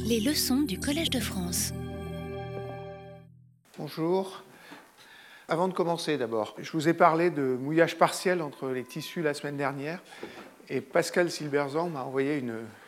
Les leçons du Collège de France. Bonjour. Avant de commencer d'abord, je vous ai parlé de mouillage partiel entre les tissus la semaine dernière et Pascal Silberzan m'a envoyé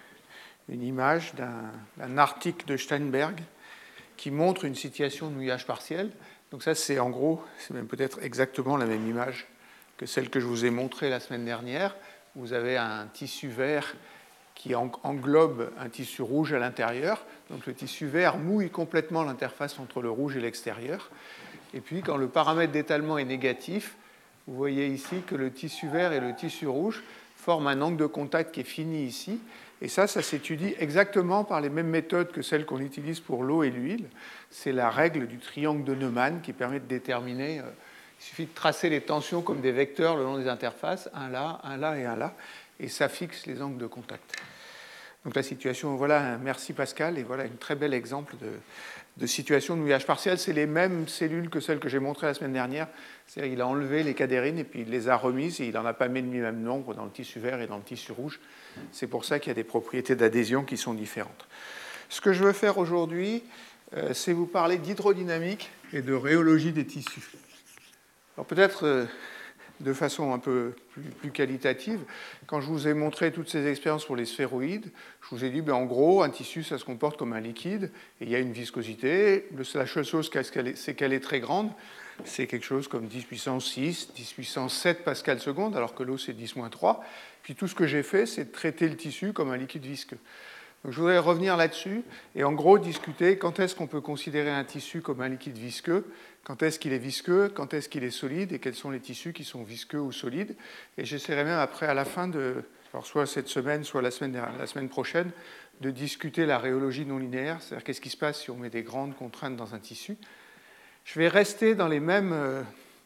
une image d'un article de Steinberg qui montre une situation de mouillage partiel. Donc ça, c'est en gros, c'est même peut-être exactement la même image que celle que je vous ai montrée la semaine dernière. Vous avez un tissu vert qui englobe un tissu rouge à l'intérieur. Donc le tissu vert mouille complètement l'interface entre le rouge et l'extérieur. Et puis quand le paramètre d'étalement est négatif, vous voyez ici que le tissu vert et le tissu rouge forment un angle de contact qui est fini ici. Et ça s'étudie exactement par les mêmes méthodes que celles qu'on utilise pour l'eau et l'huile. C'est la règle du triangle de Neumann qui permet de déterminer. Il suffit de tracer les tensions comme des vecteurs le long des interfaces, un là et un là, et ça fixe les angles de contact. Donc la situation, voilà, merci Pascal, et voilà un très bel exemple de situation de mouillage partiel. C'est les mêmes cellules que celles que j'ai montrées la semaine dernière. C'est-à-dire qu'il a enlevé les cadérines et puis il les a remises et il n'en a pas mis le même nombre dans le tissu vert et dans le tissu rouge. C'est pour ça qu'il y a des propriétés d'adhésion qui sont différentes. Ce que je veux faire aujourd'hui, c'est vous parler d'hydrodynamique et de rhéologie des tissus. Alors peut-être de façon un peu plus qualitative, quand je vous ai montré toutes ces expériences pour les sphéroïdes, je vous ai dit, en gros, un tissu, ça se comporte comme un liquide, et il y a une viscosité. La seule chose, c'est qu'elle est très grande. C'est quelque chose comme 10 puissance 6, 10 puissance 7 pascal seconde, alors que l'eau, c'est 10-3. Puis tout ce que j'ai fait, c'est de traiter le tissu comme un liquide visqueux. Donc, je voudrais revenir là-dessus et en gros discuter quand est-ce qu'on peut considérer un tissu comme un liquide visqueux, quand est-ce qu'il est visqueux, quand est-ce qu'il est solide et quels sont les tissus qui sont visqueux ou solides. Et j'essaierai même après, à la fin alors soit cette semaine, soit la semaine prochaine, de discuter la rhéologie non linéaire, c'est-à-dire qu'est-ce qui se passe si on met des grandes contraintes dans un tissu. Je vais rester dans le même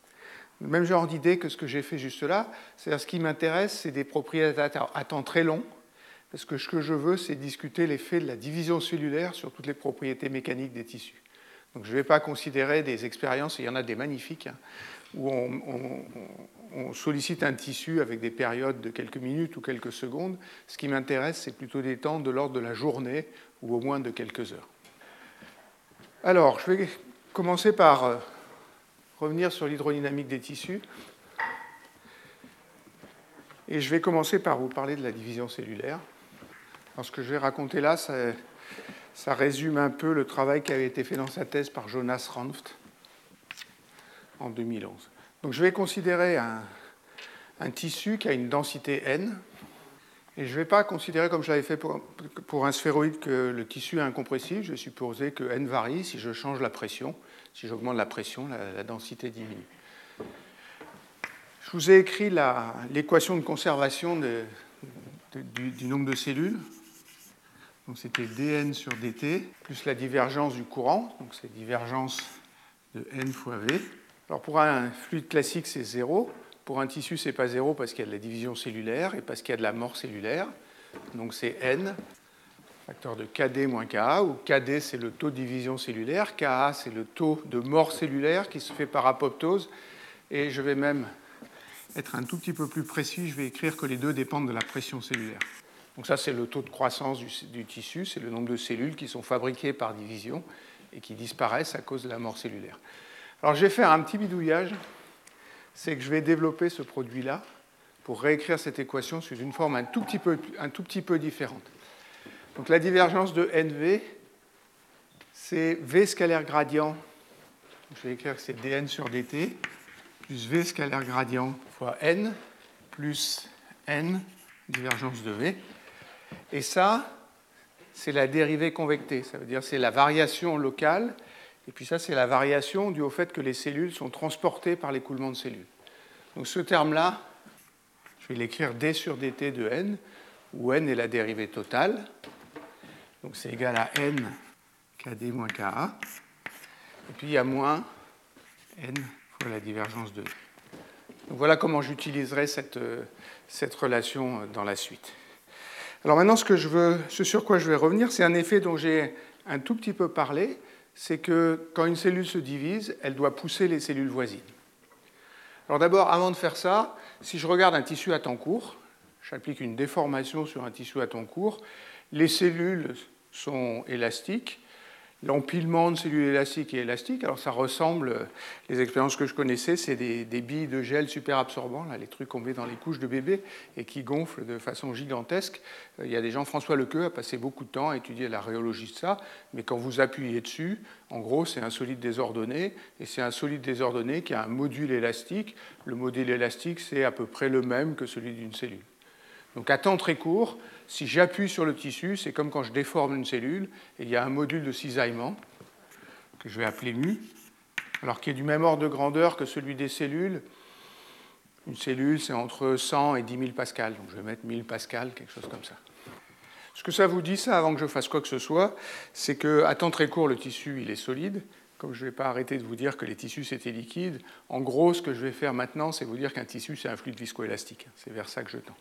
genre d'idées que ce que j'ai fait juste là, c'est-à-dire ce qui m'intéresse, c'est des propriétés à temps très long. Parce que ce que je veux, c'est discuter l'effet de la division cellulaire sur toutes les propriétés mécaniques des tissus. Donc je ne vais pas considérer des expériences, et il y en a des magnifiques, où on sollicite un tissu avec des périodes de quelques minutes ou quelques secondes. Ce qui m'intéresse, c'est plutôt des temps de l'ordre de la journée ou au moins de quelques heures. Alors, je vais commencer par revenir sur l'hydrodynamique des tissus. Et je vais commencer par vous parler de la division cellulaire. Alors, ce que je vais raconter là, ça résume un peu le travail qui avait été fait dans sa thèse par Jonas Ranft en 2011. Donc, je vais considérer un tissu qui a une densité n, et je ne vais pas considérer, comme je l'avais fait pour un sphéroïde, que le tissu est incompressible. Je vais supposer que n varie si je change la pression. Si j'augmente la pression, la densité diminue. Je vous ai écrit l'équation de conservation du nombre de cellules. Donc c'était dn sur dt, plus la divergence du courant, donc c'est divergence de n fois v. Alors pour un fluide classique, c'est 0. Pour un tissu, ce n'est pas 0 parce qu'il y a de la division cellulaire et parce qu'il y a de la mort cellulaire. Donc c'est n, facteur de kd moins ka, où kd, c'est le taux de division cellulaire, ka, c'est le taux de mort cellulaire qui se fait par apoptose. Et je vais même être un tout petit peu plus précis, je vais écrire que les deux dépendent de la pression cellulaire. Donc ça, c'est le taux de croissance du tissu, c'est le nombre de cellules qui sont fabriquées par division et qui disparaissent à cause de la mort cellulaire. Alors je vais faire un petit bidouillage, c'est que je vais développer ce produit-là pour réécrire cette équation sous une forme un tout petit peu différente. Donc la divergence de NV, c'est V scalaire gradient, je vais écrire que c'est dn sur dt, plus V scalaire gradient fois n, plus n, divergence de V. Et ça, c'est la dérivée convectée. Ça veut dire que c'est la variation locale. Et puis ça, c'est la variation due au fait que les cellules sont transportées par l'écoulement de cellules. Donc ce terme-là, je vais l'écrire d sur dt de n, où n est la dérivée totale. Donc c'est égal à n kd moins ka. Et puis il y a moins n fois la divergence de v. Donc voilà comment j'utiliserai cette relation dans la suite. Alors maintenant, ce sur quoi je vais revenir, c'est un effet dont j'ai un tout petit peu parlé, c'est que quand une cellule se divise, elle doit pousser les cellules voisines. Alors d'abord, avant de faire ça, si je regarde un tissu à temps court, j'applique une déformation sur un tissu à temps court, les cellules sont élastiques. L'empilement de cellules élastiques est élastique. Alors ça ressemble, les expériences que je connaissais, c'est des billes de gel super absorbants, là, les trucs qu'on met dans les couches de bébé et qui gonflent de façon gigantesque. Il y a des gens, François Lequeux a passé beaucoup de temps à étudier la rhéologie de ça, mais quand vous appuyez dessus, en gros, c'est un solide désordonné, et c'est un solide désordonné qui a un module élastique. Le module élastique, c'est à peu près le même que celui d'une cellule. Donc à temps très court, si j'appuie sur le tissu, c'est comme quand je déforme une cellule, et il y a un module de cisaillement, que je vais appeler mu, alors qui est du même ordre de grandeur que celui des cellules. Une cellule, c'est entre 100 et 10 000 pascal, donc je vais mettre 1000 pascal, quelque chose comme ça. Ce que ça vous dit, ça, avant que je fasse quoi que ce soit, c'est qu'à temps très court, le tissu, il est solide. Comme je ne vais pas arrêter de vous dire que les tissus, c'était liquide, en gros, ce que je vais faire maintenant, c'est vous dire qu'un tissu, c'est un fluide viscoélastique. C'est vers ça que je tends.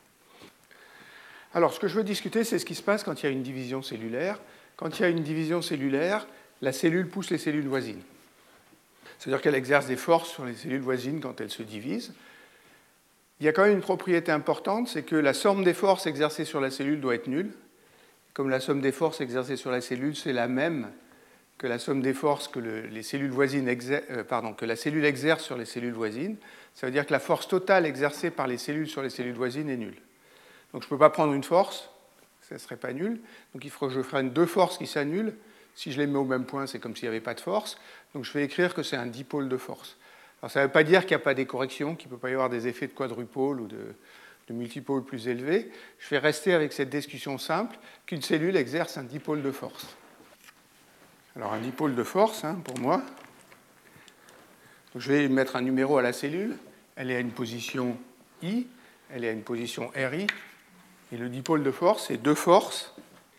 Alors, ce que je veux discuter, c'est ce qui se passe quand il y a une division cellulaire. Quand il y a une division cellulaire, la cellule pousse les cellules voisines. C'est-à-dire qu'elle exerce des forces sur les cellules voisines quand elles se divisent. Il y a quand même une propriété importante, c'est que la somme des forces exercées sur la cellule doit être nulle. Comme la somme des forces exercées sur la cellule, c'est la même que la somme des forces que les cellules voisines que la cellule exerce sur les cellules voisines, ça veut dire que la force totale exercée par les cellules sur les cellules voisines est nulle. Donc je ne peux pas prendre une force, ça ne serait pas nul. Donc il faut que je prenne deux forces qui s'annulent. Si je les mets au même point, c'est comme s'il n'y avait pas de force. Donc je vais écrire que c'est un dipôle de force. Alors ça ne veut pas dire qu'il n'y a pas des corrections, qu'il ne peut pas y avoir des effets de quadrupôle ou de multipôle plus élevés. Je vais rester avec cette discussion simple qu'une cellule exerce un dipôle de force. Alors un dipôle de force, pour moi, donc je vais mettre un numéro à la cellule. Elle est à une position I, elle est à une position RI. Et le dipôle de force, c'est deux forces,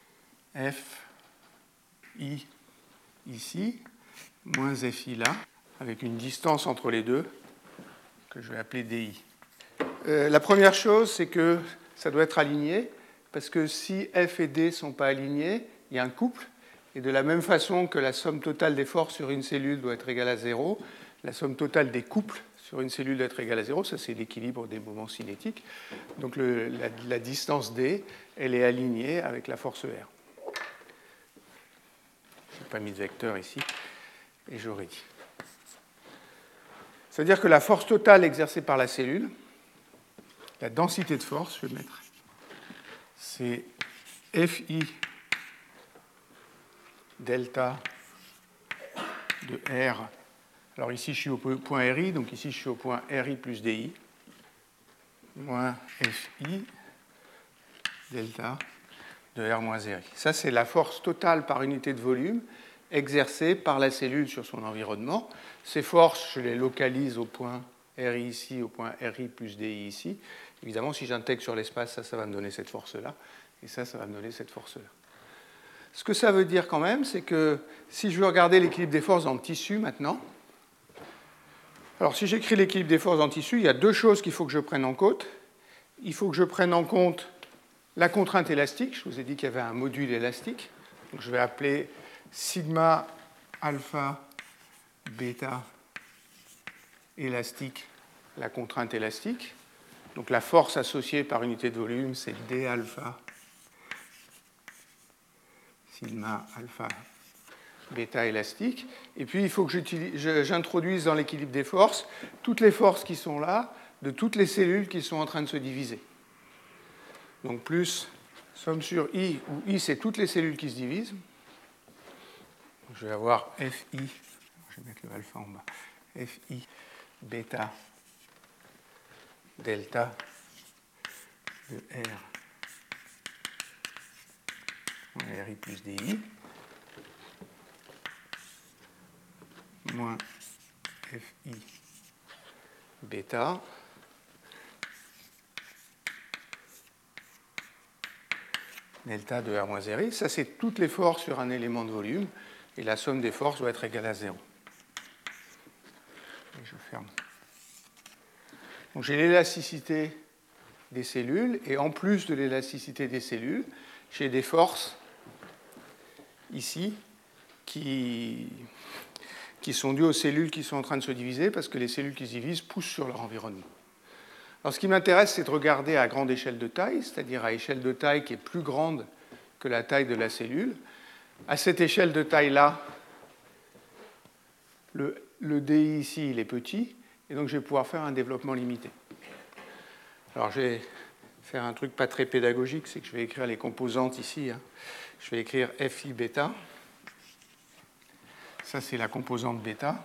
F, I, ici, moins FI là, avec une distance entre les deux, que je vais appeler DI. La première chose, c'est que ça doit être aligné, parce que si F et D ne sont pas alignés, il y a un couple, et de la même façon que la somme totale des forces sur une cellule doit être égale à 0, la somme totale des couples sur une cellule doit être égale à 0, ça c'est l'équilibre des moments cinétiques. Donc la distance D, elle est alignée avec la force R. Je n'ai pas mis de vecteur ici, et j'aurais dit. C'est-à-dire que la force totale exercée par la cellule, la densité de force, je vais mettre, c'est FI delta de R. Alors ici, je suis au point RI, donc ici, je suis au point RI plus DI, moins FI delta de R moins RI. Ça, c'est la force totale par unité de volume exercée par la cellule sur son environnement. Ces forces, je les localise au point RI ici, au point RI plus DI ici. Évidemment, si j'intègre sur l'espace, ça va me donner cette force-là, et ça va me donner cette force-là. Ce que ça veut dire quand même, c'est que si je veux regarder l'équilibre des forces dans le tissu maintenant, alors si j'écris l'équilibre des forces dans le tissu, il y a deux choses qu'il faut que je prenne en compte. Il faut que je prenne en compte la contrainte élastique. Je vous ai dit qu'il y avait un module élastique. Donc je vais appeler sigma alpha bêta élastique la contrainte élastique. Donc la force associée par unité de volume, c'est d alpha sigma alpha bêta élastique. Et puis il faut que j'introduise dans l'équilibre des forces toutes les forces qui sont là, de toutes les cellules qui sont en train de se diviser. Donc plus somme sur I, où I c'est toutes les cellules qui se divisent. Donc, je vais avoir FI, je vais mettre le alpha en bas, FI bêta delta de R moins RI plus DI moins FI bêta delta de R moins RI. Ça, c'est toutes les forces sur un élément de volume, et la somme des forces doit être égale à 0. Et je ferme. Donc j'ai l'élasticité des cellules, et en plus de l'élasticité des cellules, j'ai des forces ici qui sont dues aux cellules qui sont en train de se diviser, parce que les cellules qui se divisent poussent sur leur environnement. Alors ce qui m'intéresse, c'est de regarder à grande échelle de taille, c'est-à-dire à échelle de taille qui est plus grande que la taille de la cellule. à cette échelle de taille-là, le DI ici, il est petit, et donc je vais pouvoir faire un développement limité. Alors je vais faire un truc pas très pédagogique, c'est que je vais écrire les composantes ici. Hein. Je vais écrire FI bêta. Ça, c'est la composante bêta.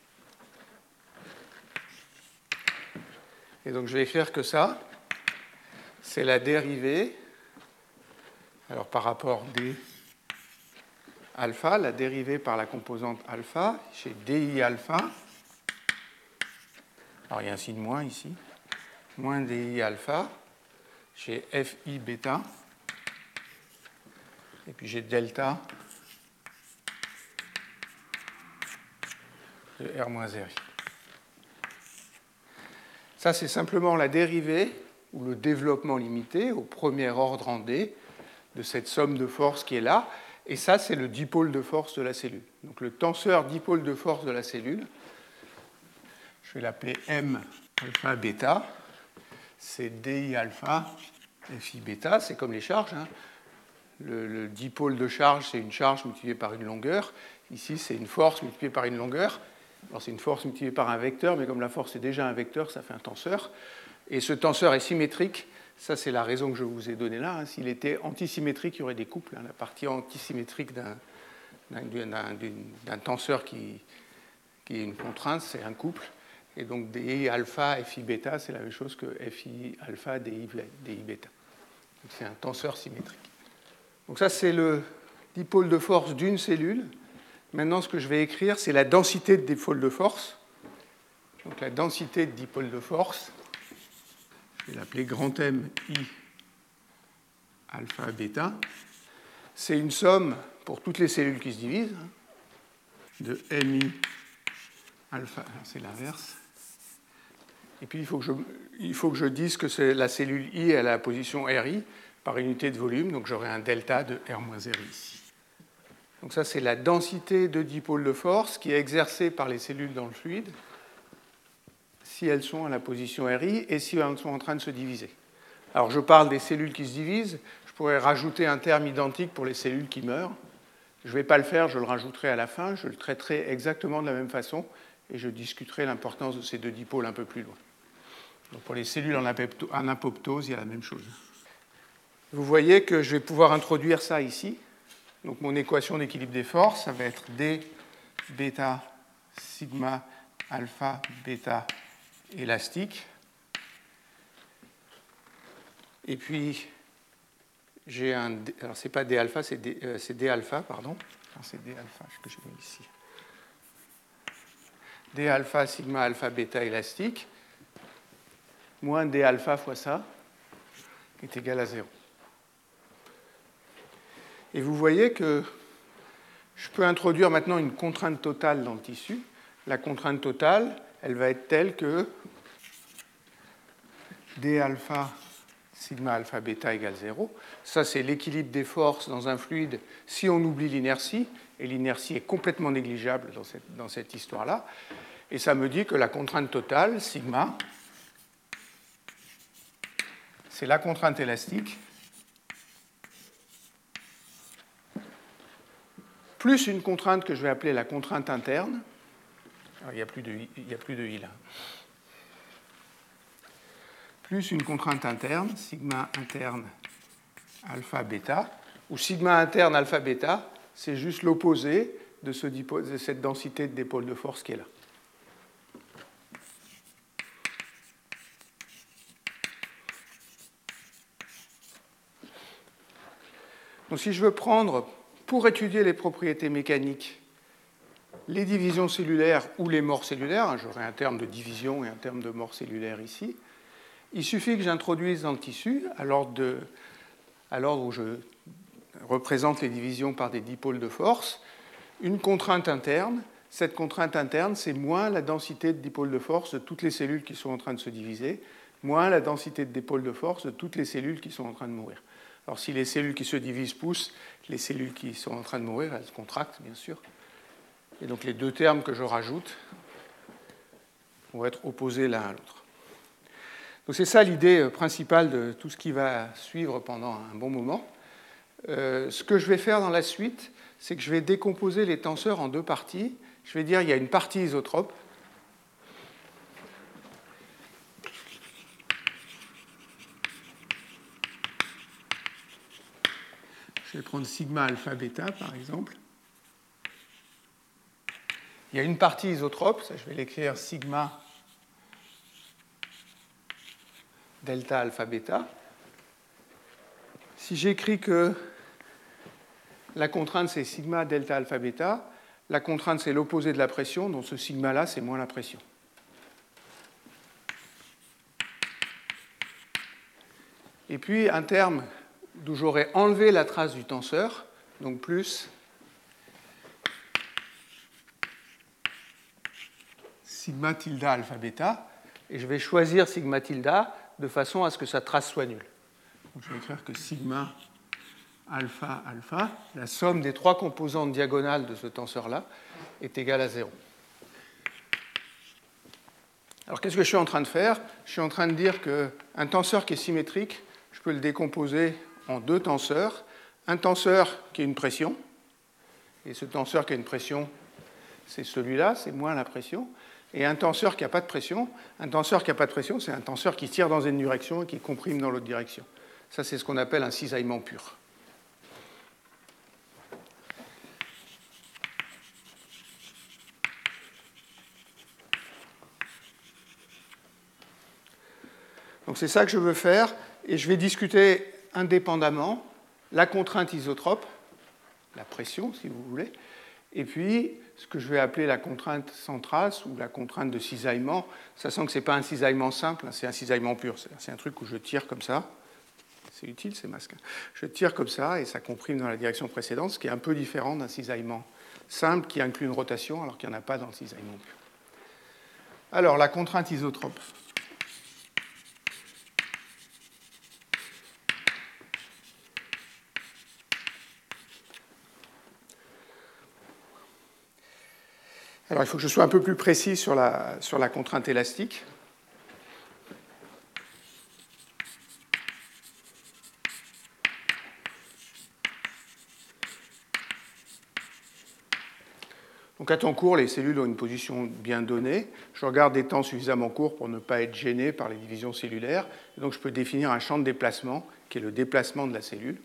Et donc je vais écrire que ça, c'est la dérivée, alors par rapport D alpha, la dérivée par la composante alpha, chez DI alpha. Alors il y a un signe moins ici, moins DI alpha, chez FI bêta, et puis j'ai delta de R-RI. Ça, c'est simplement la dérivée ou le développement limité au premier ordre en D de cette somme de force qui est là. Et ça, c'est le dipôle de force de la cellule. Donc le tenseur dipôle de force de la cellule, je vais l'appeler M alpha bêta, c'est DI alpha FI bêta, c'est comme les charges. Hein. Le dipôle de charge, c'est une charge multipliée par une longueur. Ici, c'est une force multipliée par une longueur. Alors c'est une force multipliée par un vecteur, mais comme la force est déjà un vecteur, ça fait un tenseur. Et ce tenseur est symétrique. Ça, c'est la raison que je vous ai donnée là. Hein. S'il était antisymétrique, il y aurait des couples. Hein. La partie antisymétrique d'un tenseur qui est une contrainte, c'est un couple. Et donc DI alpha, FI bêta, c'est la même chose que FI alpha, DI bêta. C'est un tenseur symétrique. Donc ça, c'est le dipôle de force d'une cellule. Maintenant, ce que je vais écrire, c'est la densité de dipôle de force. Donc la densité de dipôle de force, je vais l'appeler grand M I alpha bêta. C'est une somme pour toutes les cellules qui se divisent de MI alpha, c'est l'inverse. Et puis il faut que je dise que la cellule I est à la position RI par unité de volume, donc j'aurai un delta de R-RI ici. Donc ça, c'est la densité de dipôle de force qui est exercée par les cellules dans le fluide si elles sont à la position RI et si elles sont en train de se diviser. Alors je parle des cellules qui se divisent, je pourrais rajouter un terme identique pour les cellules qui meurent. Je ne vais pas le faire, je le rajouterai à la fin, je le traiterai exactement de la même façon et je discuterai l'importance de ces deux dipôles un peu plus loin. Donc pour les cellules en apoptose, il y a la même chose. Vous voyez que je vais pouvoir introduire ça ici. Donc mon équation d'équilibre des forces, ça va être D bêta sigma alpha bêta élastique. Et puis j'ai un... Alors c'est pas D alpha, c'est D alpha, pardon. C'est D alpha que j'ai mis ici. D alpha sigma alpha bêta élastique moins D alpha fois ça est égal à 0. Et vous voyez que je peux introduire maintenant une contrainte totale dans le tissu. La contrainte totale, elle va être telle que D alpha sigma alpha bêta égale 0. Ça, c'est l'équilibre des forces dans un fluide si on oublie l'inertie. Et l'inertie est complètement négligeable dans cette histoire-là. Et ça me dit que la contrainte totale, sigma, c'est la contrainte élastique plus une contrainte que je vais appeler la contrainte interne. Alors, il n'y a plus de I là. Plus une contrainte interne, sigma interne alpha bêta, où sigma interne alpha bêta, c'est juste l'opposé de cette densité de dipôle de force qui est là. Donc si je veux prendre, pour étudier les propriétés mécaniques, les divisions cellulaires ou les morts cellulaires, hein, j'aurai un terme de division et un terme de mort cellulaire ici, il suffit que j'introduise dans le tissu, à l'ordre où je représente les divisions par des dipôles de force, une contrainte interne. Cette contrainte interne, c'est moins la densité de dipôle de force de toutes les cellules qui sont en train de se diviser, moins la densité de dipôle de force de toutes les cellules qui sont en train de mourir. Alors si les cellules qui se divisent poussent, les cellules qui sont en train de mourir, elles se contractent, bien sûr. Et donc les deux termes que je rajoute vont être opposés l'un à l'autre. Donc c'est ça l'idée principale de tout ce qui va suivre pendant un bon moment. ce que je vais faire dans la suite, c'est que je vais décomposer les tenseurs en deux parties. Je vais dire qu'il y a une partie isotrope. Je vais prendre sigma alpha bêta, par exemple. Il y a une partie isotrope, ça je vais l'écrire sigma delta alpha bêta. Si j'écris que la contrainte c'est sigma delta alpha bêta, la contrainte c'est l'opposé de la pression, donc ce sigma-là c'est moins la pression. Et puis un terme d'où j'aurais enlevé la trace du tenseur, donc plus sigma tilde alpha bêta, et je vais choisir sigma tilde de façon à ce que sa trace soit nulle. Donc je vais écrire que sigma alpha alpha, la somme des trois composantes diagonales de ce tenseur-là, est égale à 0. Alors qu'est-ce que je suis en train de faire? Je suis en train de dire qu'un tenseur qui est symétrique, je peux le décomposer en deux tenseurs. Un tenseur qui a une pression, et ce tenseur qui a une pression, c'est celui-là, c'est moins la pression. Et un tenseur qui n'a pas de pression, c'est un tenseur qui tire dans une direction et qui comprime dans l'autre direction. Ça, c'est ce qu'on appelle un cisaillement pur. Donc c'est ça que je veux faire, et je vais discuter indépendamment la contrainte isotrope, la pression si vous voulez, et puis ce que je vais appeler la contrainte sans trace ou la contrainte de cisaillement, sachant que ce n'est pas un cisaillement simple, c'est un cisaillement pur, c'est un truc où je tire comme ça, c'est utile ces masques, je tire comme ça et ça comprime dans la direction précédente, ce qui est un peu différent d'un cisaillement simple qui inclut une rotation alors qu'il n'y en a pas dans le cisaillement pur. Alors la contrainte isotrope. Alors, il faut que je sois un peu plus précis sur la contrainte élastique. Donc, à temps court, les cellules ont une position bien donnée. Je regarde des temps suffisamment courts pour ne pas être gêné par les divisions cellulaires. Et donc, je peux définir un champ de déplacement, qui est le déplacement de la cellule.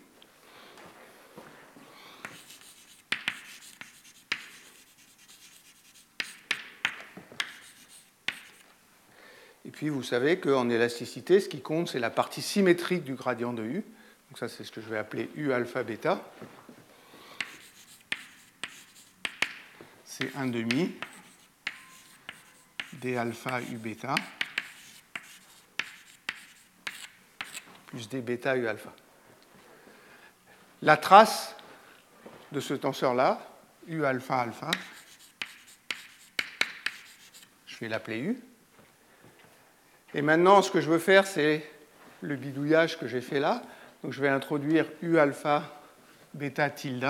Et puis, vous savez qu'en élasticité, ce qui compte, c'est la partie symétrique du gradient de U. Donc ça, c'est ce que je vais appeler U alpha bêta. C'est 1 demi d alpha U bêta plus d bêta U alpha. La trace de ce tenseur-là, U alpha alpha, je vais l'appeler U. Et maintenant, ce que je veux faire, c'est le bidouillage que j'ai fait là. Donc, je vais introduire U alpha bêta tilde.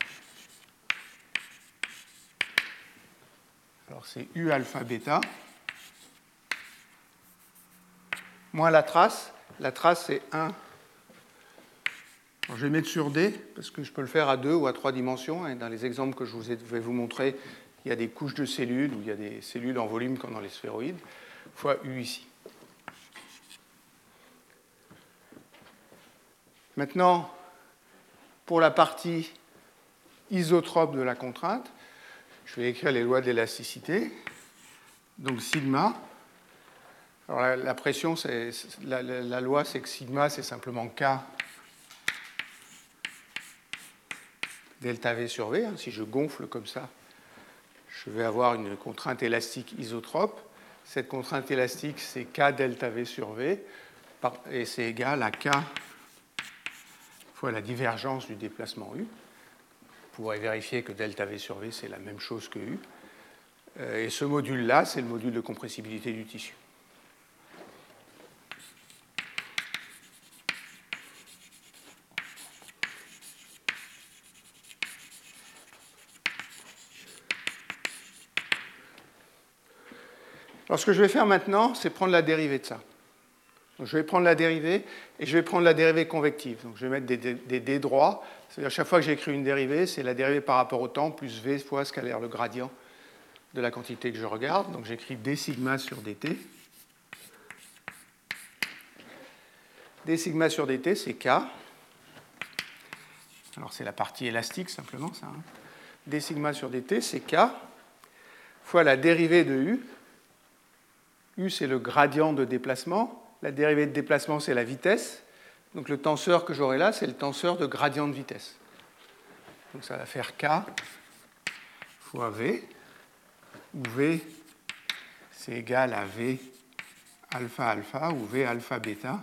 Alors, c'est U alpha bêta moins la trace. La trace, c'est 1. Alors, je vais mettre sur D, parce que je peux le faire à 2 ou à 3 dimensions. Et dans les exemples que je vais vous montrer, il y a des couches de cellules, ou il y a des cellules en volume comme dans les sphéroïdes, fois U ici. Maintenant, pour la partie isotrope de la contrainte, je vais écrire les lois de l'élasticité. Donc sigma. Alors la pression, la loi, c'est que sigma, c'est simplement K delta V sur V. Si je gonfle comme ça, je vais avoir une contrainte élastique isotrope. Cette contrainte élastique, c'est K delta V sur V, et c'est égal à K fois la divergence du déplacement U. Vous pourrez vérifier que delta V sur V, c'est la même chose que U. Et ce module-là, c'est le module de compressibilité du tissu. Alors, ce que je vais faire maintenant, c'est prendre la dérivée de ça. Donc, je vais prendre la dérivée, et je vais prendre la dérivée convective. Donc, je vais mettre des d droits. C'est-à-dire chaque fois que j'écris une dérivée, c'est la dérivée par rapport au temps plus v fois scalaire le gradient de la quantité que je regarde. Donc, j'écris d sigma sur dt. D sigma sur dt, c'est k. Alors, c'est la partie élastique, simplement, ça. Hein. D sigma sur dt, c'est k, fois la dérivée de u. U, c'est le gradient de déplacement. La dérivée de déplacement, c'est la vitesse. Donc, le tenseur que j'aurai là, c'est le tenseur de gradient de vitesse. Donc, ça va faire k fois v, où v, c'est égal à v alpha alpha, ou v alpha bêta.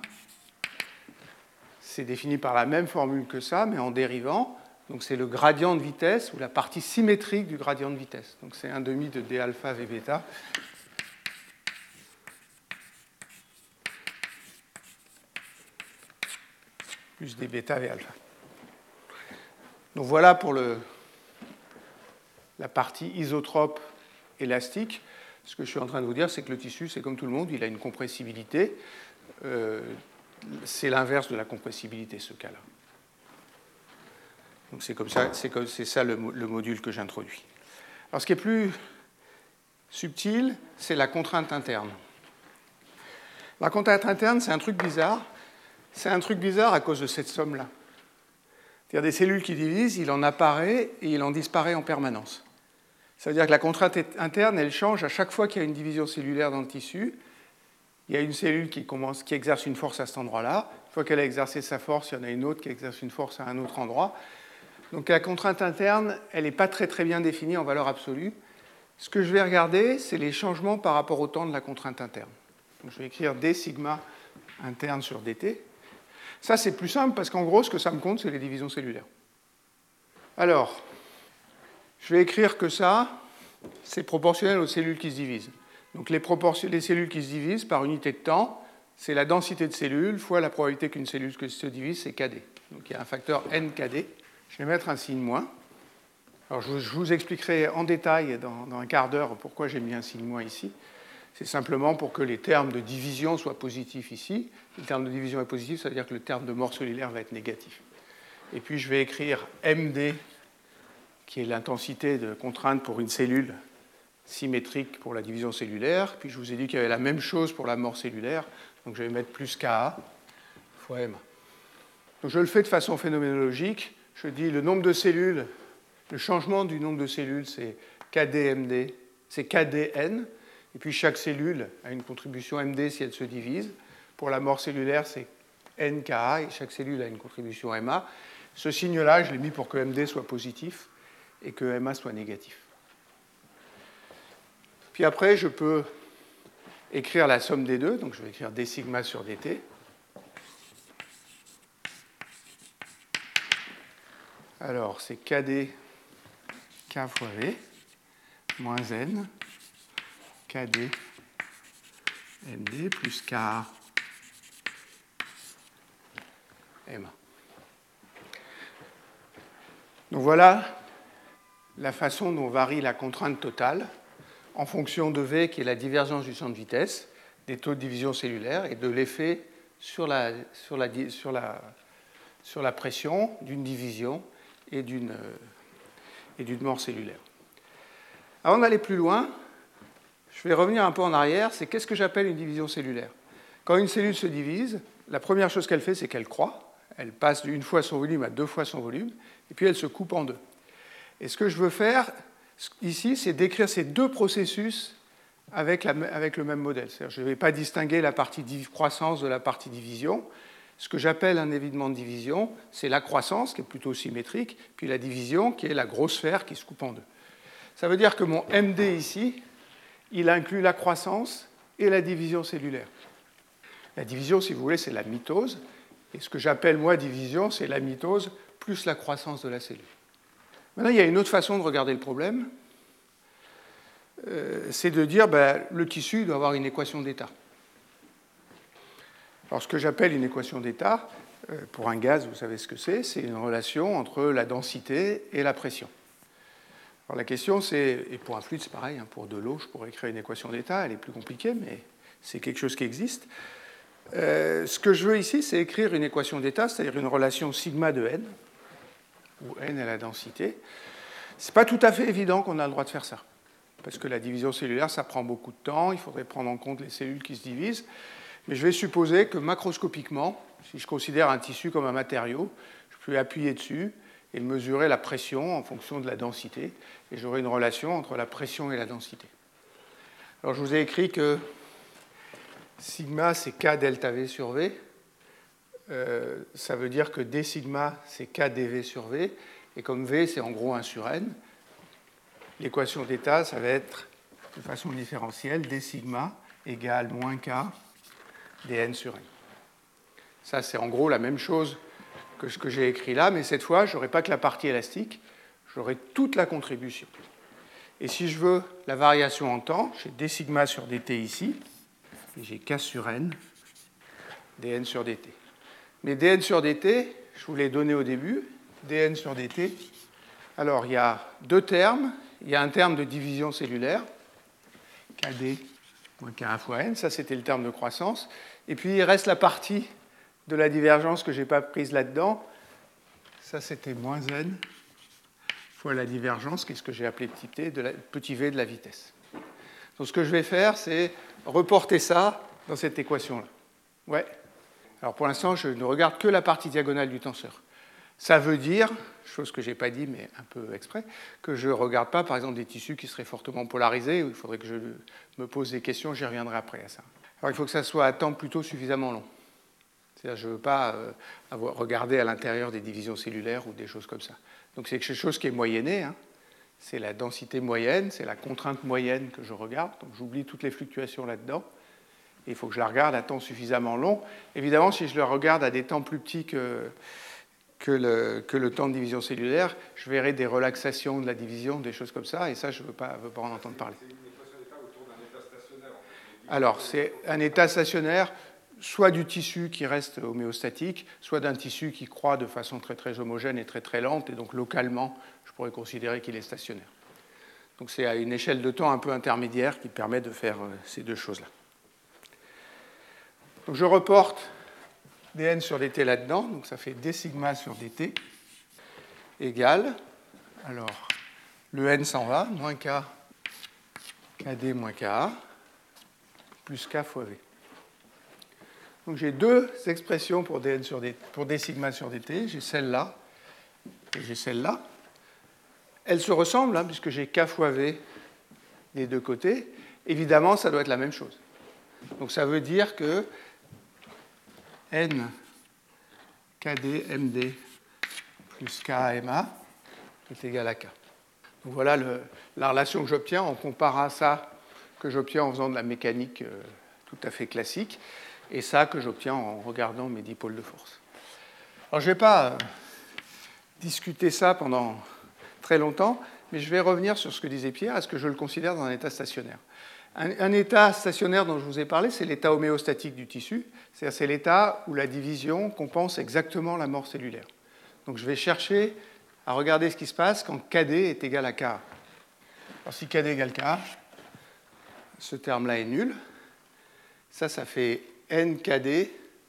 C'est défini par la même formule que ça, mais en dérivant. Donc c'est le gradient de vitesse, ou la partie symétrique du gradient de vitesse. Donc c'est 1,5 de d alpha v bêta. Plus d bêta v alpha. Donc voilà pour la partie isotrope élastique. Ce que je suis en train de vous dire, c'est que le tissu, c'est comme tout le monde, il a une compressibilité. C'est l'inverse de la compressibilité, ce cas-là. Donc c'est ça le module que j'introduis. Alors ce qui est plus subtil, c'est la contrainte interne. La contrainte interne, c'est un truc bizarre. C'est un truc bizarre à cause de cette somme-là. C'est-à-dire des cellules qui divisent, il en apparaît et il en disparaît en permanence. Ça veut dire que la contrainte interne, elle change à chaque fois qu'il y a une division cellulaire dans le tissu. Il y a une cellule qui exerce une force à cet endroit-là. Une fois qu'elle a exercé sa force, il y en a une autre qui exerce une force à un autre endroit. Donc la contrainte interne, elle n'est pas très bien définie en valeur absolue. Ce que je vais regarder, c'est les changements par rapport au temps de la contrainte interne. Donc je vais écrire d sigma interne sur dt. Ça, c'est plus simple parce qu'en gros, ce que ça me compte, c'est les divisions cellulaires. Alors, je vais écrire que ça, c'est proportionnel aux cellules qui se divisent. Donc les cellules qui se divisent par unité de temps, c'est la densité de cellules fois la probabilité qu'une cellule se divise, c'est kd. Donc il y a un facteur nkd. Je vais mettre un signe moins. Alors je vous expliquerai en détail dans un quart d'heure pourquoi j'ai mis un signe moins ici. C'est simplement pour que les termes de division soient positifs ici. Le terme de division est positif, ça veut dire que le terme de mort cellulaire va être négatif. Et puis je vais écrire MD, qui est l'intensité de contrainte pour une cellule symétrique pour la division cellulaire. Puis je vous ai dit qu'il y avait la même chose pour la mort cellulaire. Donc je vais mettre plus Ka fois M. Donc je le fais de façon phénoménologique. Je dis le nombre de cellules, le changement du nombre de cellules, c'est KDMD, c'est KDN. Et puis chaque cellule a une contribution MD si elle se divise. Pour la mort cellulaire, c'est NKA et chaque cellule a une contribution MA. Ce signe-là, je l'ai mis pour que MD soit positif et que MA soit négatif. Puis après, je peux écrire la somme des deux. Donc je vais écrire d sigma sur dt. Alors, c'est KD K fois V moins N KD ND plus Ka MA. Donc voilà la façon dont varie la contrainte totale en fonction de V, qui est la divergence du champ de vitesse, des taux de division cellulaire et de l'effet sur la pression d'une division et d'une mort cellulaire. Avant d'aller plus loin, je vais revenir un peu en arrière. C'est qu'est-ce que j'appelle une division cellulaire? Quand une cellule se divise, la première chose qu'elle fait, c'est qu'elle croît. Elle passe d'une fois son volume à 2 fois son volume, et puis elle se coupe en deux. Et ce que je veux faire ici, c'est décrire ces deux processus avec le même modèle. C'est-à-dire, je ne vais pas distinguer la partie croissance de la partie division. Ce que j'appelle un évitement de division, c'est la croissance, qui est plutôt symétrique, puis la division, qui est la grosse sphère qui se coupe en deux. Ça veut dire que mon MD ici, il inclut la croissance et la division cellulaire. La division, si vous voulez, c'est la mitose. Et ce que j'appelle, moi, division, c'est la mitose plus la croissance de la cellule. Maintenant, il y a une autre façon de regarder le problème. C'est de dire le tissu doit avoir une équation d'état. Alors, ce que j'appelle une équation d'état, pour un gaz, vous savez ce que c'est une relation entre la densité et la pression. Alors, la question, c'est, et pour un fluide, c'est pareil, pour de l'eau, je pourrais créer une équation d'état, elle est plus compliquée, mais c'est quelque chose qui existe. Ce que je veux ici, c'est écrire une équation d'état, c'est-à-dire une relation sigma de n, où n est la densité. Ce n'est pas tout à fait évident qu'on a le droit de faire ça, parce que la division cellulaire, ça prend beaucoup de temps, il faudrait prendre en compte les cellules qui se divisent, mais je vais supposer que macroscopiquement, si je considère un tissu comme un matériau, je peux appuyer dessus et mesurer la pression en fonction de la densité, et j'aurai une relation entre la pression et la densité. Alors je vous ai écrit que sigma, c'est K delta V sur V. Ça veut dire que d sigma, c'est K dV sur V. Et comme V, c'est en gros 1 sur N, l'équation d'état, ça va être de façon différentielle d sigma égale moins K dN sur N. Ça, c'est en gros la même chose que ce que j'ai écrit là, mais cette fois, je n'aurai pas que la partie élastique, j'aurai toute la contribution. Et si je veux la variation en temps, j'ai d sigma sur dt ici, et j'ai K sur N, dN sur dt. Mais dN sur dt, je vous l'ai donné au début, dN sur dt, alors il y a deux termes. Il y a un terme de division cellulaire, Kd moins Ka fois N, ça c'était le terme de croissance. Et puis il reste la partie de la divergence que je n'ai pas prise là-dedans. Ça c'était moins N fois la divergence, qu'est-ce que j'ai appelé petit v de la vitesse. Donc ce que je vais faire, c'est reporter ça dans cette équation-là. Ouais. Alors pour l'instant, je ne regarde que la partie diagonale du tenseur. Ça veut dire, chose que je n'ai pas dit, mais un peu exprès, que je ne regarde pas, par exemple, des tissus qui seraient fortement polarisés, où il faudrait que je me pose des questions, j'y reviendrai après à ça. Alors il faut que ça soit à temps plutôt suffisamment long. C'est-à-dire je ne veux pas regarder à l'intérieur des divisions cellulaires ou des choses comme ça. Donc c'est quelque chose qui est moyenné, hein. C'est la densité moyenne, c'est la contrainte moyenne que je regarde, donc j'oublie toutes les fluctuations là-dedans. Et il faut que je la regarde à temps suffisamment long. Évidemment, si je la regarde à des temps plus petits que le temps de division cellulaire, je verrai des relaxations de la division, des choses comme ça, et ça, je ne veux pas en entendre parler. C'est une équation d'état autour d'un état stationnaire. En fait. Alors, c'est un état stationnaire, soit du tissu qui reste homéostatique, soit d'un tissu qui croît de façon très très homogène et très très lente, et donc localement, je pourrais considérer qu'il est stationnaire. Donc c'est à une échelle de temps un peu intermédiaire qui permet de faire ces deux choses-là. Donc je reporte dN sur dt là-dedans, donc ça fait d sigma sur dt égale, alors le n s'en va, moins k, kd moins ka, plus k fois v. Donc j'ai deux expressions pour d sigma sur dt, j'ai celle-là et j'ai celle-là. Elles se ressemblent, hein, puisque j'ai k fois v des deux côtés. Évidemment, ça doit être la même chose. Donc ça veut dire que n kd md plus kma est égal à k. Donc voilà la relation que j'obtiens en comparant ça que j'obtiens en faisant de la mécanique tout à fait classique et ça que j'obtiens en regardant mes dipôles de force. Alors je ne vais pas discuter ça pendant très longtemps, mais je vais revenir sur ce que disait Pierre. Est-ce que je le considère dans un état stationnaire ? Un état stationnaire dont je vous ai parlé, c'est l'état homéostatique du tissu, c'est-à-dire c'est l'état où la division compense exactement la mort cellulaire. Donc je vais chercher à regarder ce qui se passe quand Kd est égal à Ka. Alors si Kd égale Ka, ce terme-là est nul. Ça fait NKD,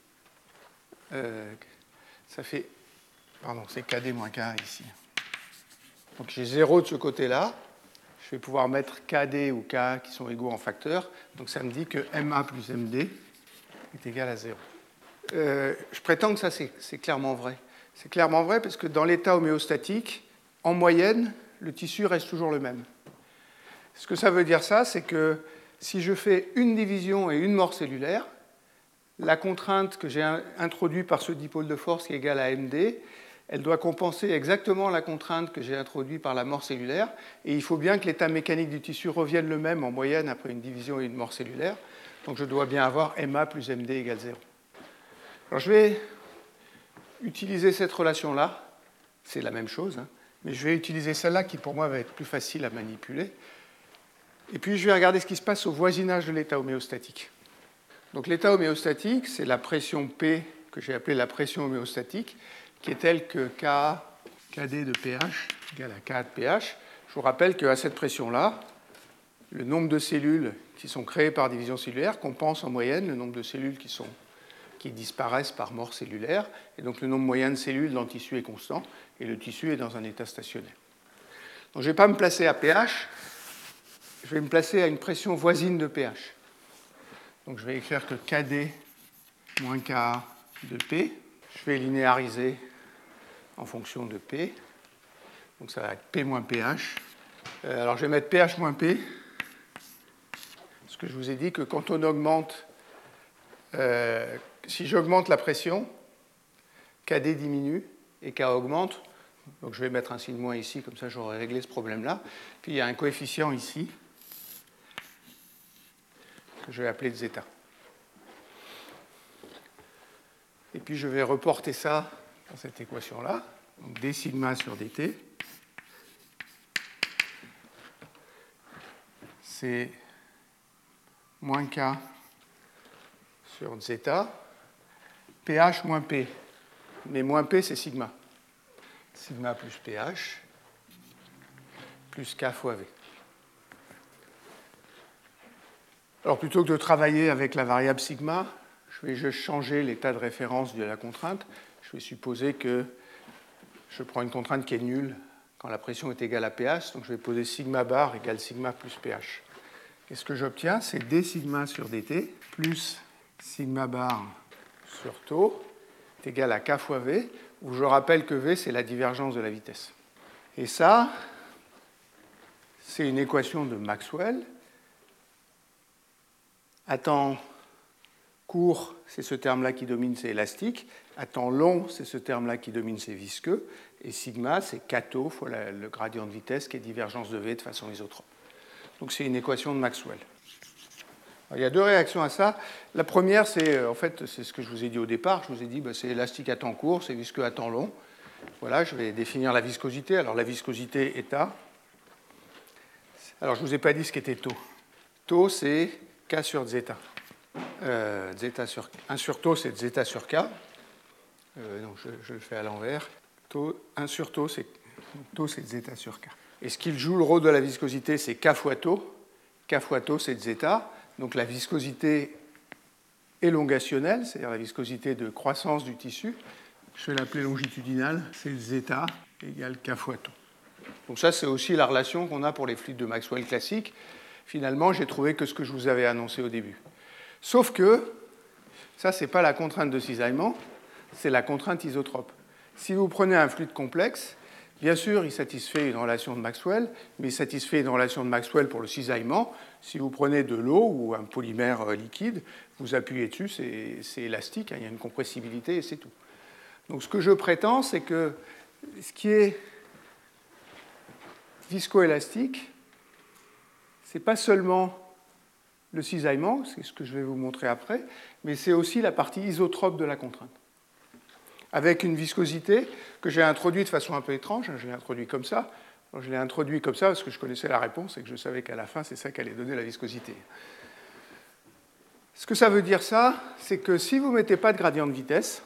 c'est Kd moins Ka ici. Donc j'ai 0 de ce côté-là. Je vais pouvoir mettre Kd ou K qui sont égaux en facteurs. Donc ça me dit que Ma plus Md est égal à 0. Je prétends que ça, c'est clairement vrai. C'est clairement vrai parce que dans l'état homéostatique, en moyenne, le tissu reste toujours le même. Ce que ça veut dire, ça, c'est que si je fais une division et une mort cellulaire, la contrainte que j'ai introduite par ce dipôle de force qui est égal à Md, elle doit compenser exactement la contrainte que j'ai introduite par la mort cellulaire. Et il faut bien que l'état mécanique du tissu revienne le même en moyenne après une division et une mort cellulaire. Donc je dois bien avoir Ma plus Md égale 0. Alors je vais utiliser cette relation-là. C'est la même chose, hein, mais je vais utiliser celle-là qui pour moi va être plus facile à manipuler. Et puis je vais regarder ce qui se passe au voisinage de l'état homéostatique. Donc l'état homéostatique, c'est la pression P que j'ai appelée la pression homéostatique, qui est telle que Kd de pH égale à K de pH. Je vous rappelle qu'à cette pression-là, le nombre de cellules qui sont créées par division cellulaire compense en moyenne le nombre de cellules qui sont qui disparaissent par mort cellulaire. Et donc le nombre moyen de cellules dans le tissu est constant, et le tissu est dans un état stationnaire. Donc je ne vais pas me placer à pH, je vais me placer à une pression voisine de pH. Donc je vais écrire que KD moins KA de P. Je vais linéariser en fonction de P. Donc ça va être P moins pH. Alors je vais mettre pH moins P, parce que je vous ai dit que quand on augmente, si j'augmente la pression, KD diminue et K augmente. Donc je vais mettre un signe moins ici, comme ça j'aurai réglé ce problème-là. Puis il y a un coefficient ici, que je vais appeler zeta. Et puis je vais reporter ça dans cette équation-là. Donc d sigma sur dt, c'est moins k sur zeta, pH moins p. Mais moins p, c'est sigma. Sigma plus pH plus k fois v. Alors plutôt que de travailler avec la variable sigma, je vais juste changer l'état de référence de la contrainte. Je vais supposer que je prends une contrainte qui est nulle quand la pression est égale à pH, donc je vais poser sigma bar égale sigma plus pH. Et ce que j'obtiens, c'est d sigma sur dt plus sigma bar sur tau est égal à k fois v, où je rappelle que v, c'est la divergence de la vitesse. Et ça, c'est une équation de Maxwell. À temps court, c'est ce terme-là qui domine, c'est élastique. À temps long, c'est ce terme-là qui domine, c'est visqueux. Et sigma, c'est k tau fois le gradient de vitesse qui est divergence de v de façon isotrope. Donc c'est une équation de Maxwell. Alors, il y a deux réactions à ça. La première, c'est en fait, c'est ce que je vous ai dit au départ. Je vous ai dit c'est élastique à temps court, c'est visqueux à temps long. Voilà, je vais définir la viscosité. Alors la viscosité est A. Alors je ne vous ai pas dit ce qu'était tau. Tau, c'est K sur zeta. Zeta sur 1 sur tau, c'est zeta sur K. Non, je le fais à l'envers. 1 sur tau, c'est zeta sur K. Et ce qui joue le rôle de la viscosité, c'est K fois tau. K fois tau, c'est zeta. Donc la viscosité élongationnelle, c'est-à-dire la viscosité de croissance du tissu, je vais l'appeler longitudinale, c'est zeta égale K fois tau. Donc ça, c'est aussi la relation qu'on a pour les fluides de Maxwell classiques. Finalement, j'ai trouvé que ce que je vous avais annoncé au début. Sauf que ça, ce n'est pas la contrainte de cisaillement, c'est la contrainte isotrope. Si vous prenez un fluide complexe, bien sûr, il satisfait une relation de Maxwell, mais il satisfait une relation de Maxwell pour le cisaillement. Si vous prenez de l'eau ou un polymère liquide, vous appuyez dessus, c'est élastique, il y a une compressibilité et c'est tout. Donc ce que je prétends, c'est que ce qui est viscoélastique, ce n'est pas seulement le cisaillement, c'est ce que je vais vous montrer après, mais c'est aussi la partie isotrope de la contrainte. Avec une viscosité que j'ai introduite de façon un peu étrange, je l'ai introduit comme ça. Alors, je l'ai introduit comme ça parce que je connaissais la réponse et que je savais qu'à la fin, c'est ça qui allait donner la viscosité. Ce que ça veut dire, ça, c'est que si vous ne mettez pas de gradient de vitesse,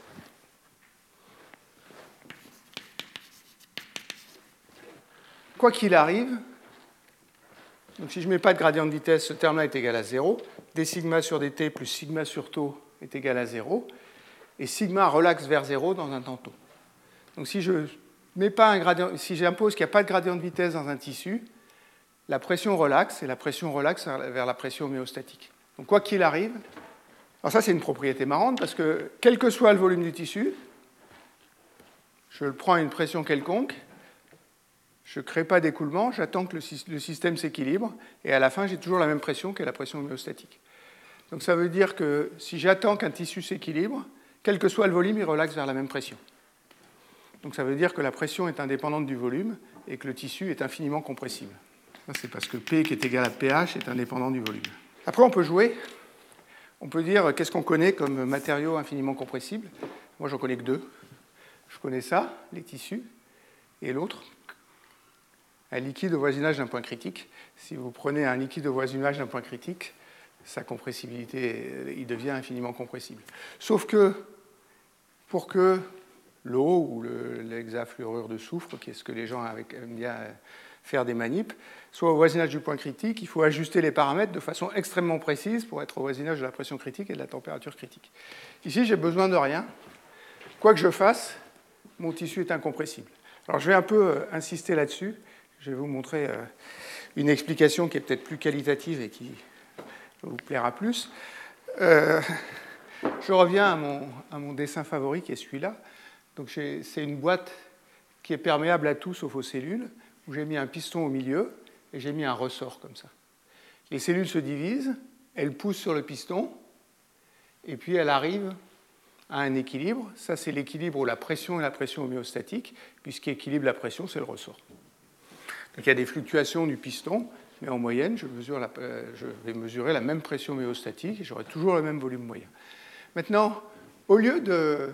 quoi qu'il arrive, donc si je ne mets pas de gradient de vitesse, ce terme-là est égal à 0. D sigma sur dt plus sigma sur tau est égal à 0. Et sigma relaxe vers 0 dans un temps tau. Donc si je mets pas un gradient, si j'impose qu'il n'y a pas de gradient de vitesse dans un tissu, la pression relaxe, et la pression relaxe vers la pression homéostatique. Donc quoi qu'il arrive, alors ça c'est une propriété marrante, parce que quel que soit le volume du tissu, je le prends à une pression quelconque, je ne crée pas d'écoulement, j'attends que le système s'équilibre, et à la fin j'ai toujours la même pression que la pression homéostatique. Donc ça veut dire que si j'attends qu'un tissu s'équilibre, quel que soit le volume, il relaxe vers la même pression. Donc ça veut dire que la pression est indépendante du volume et que le tissu est infiniment compressible. Ça, c'est parce que P qui est égal à pH est indépendant du volume. Après, on peut jouer. On peut dire qu'est-ce qu'on connaît comme matériaux infiniment compressibles. Moi, j'en connais que deux. Je connais ça, les tissus, et l'autre, un liquide au voisinage d'un point critique. Si vous prenez un liquide au voisinage d'un point critique, sa compressibilité, il devient infiniment compressible. Sauf que, pour que l'eau ou l'hexafluorure de soufre, qui est ce que les gens aiment bien faire des manips, soit au voisinage du point critique, il faut ajuster les paramètres de façon extrêmement précise pour être au voisinage de la pression critique et de la température critique. Ici, j'ai besoin de rien. Quoi que je fasse, mon tissu est incompressible. Alors, je vais un peu insister là-dessus. Je vais vous montrer une explication qui est peut-être plus qualitative et qui vous plaira plus. Je reviens à mon dessin favori, qui est celui-là. Donc, c'est une boîte qui est perméable à tout sauf aux cellules, où j'ai mis un piston au milieu et j'ai mis un ressort comme ça. Les cellules se divisent, elles poussent sur le piston, et puis elles arrivent à un équilibre. Ça, c'est l'équilibre où la pression est la pression homéostatique, puisqu'il équilibre la pression, c'est le ressort. Donc, il y a des fluctuations du piston, mais en moyenne, je vais mesurer la même pression homéostatique et j'aurai toujours le même volume moyen. Maintenant, au lieu de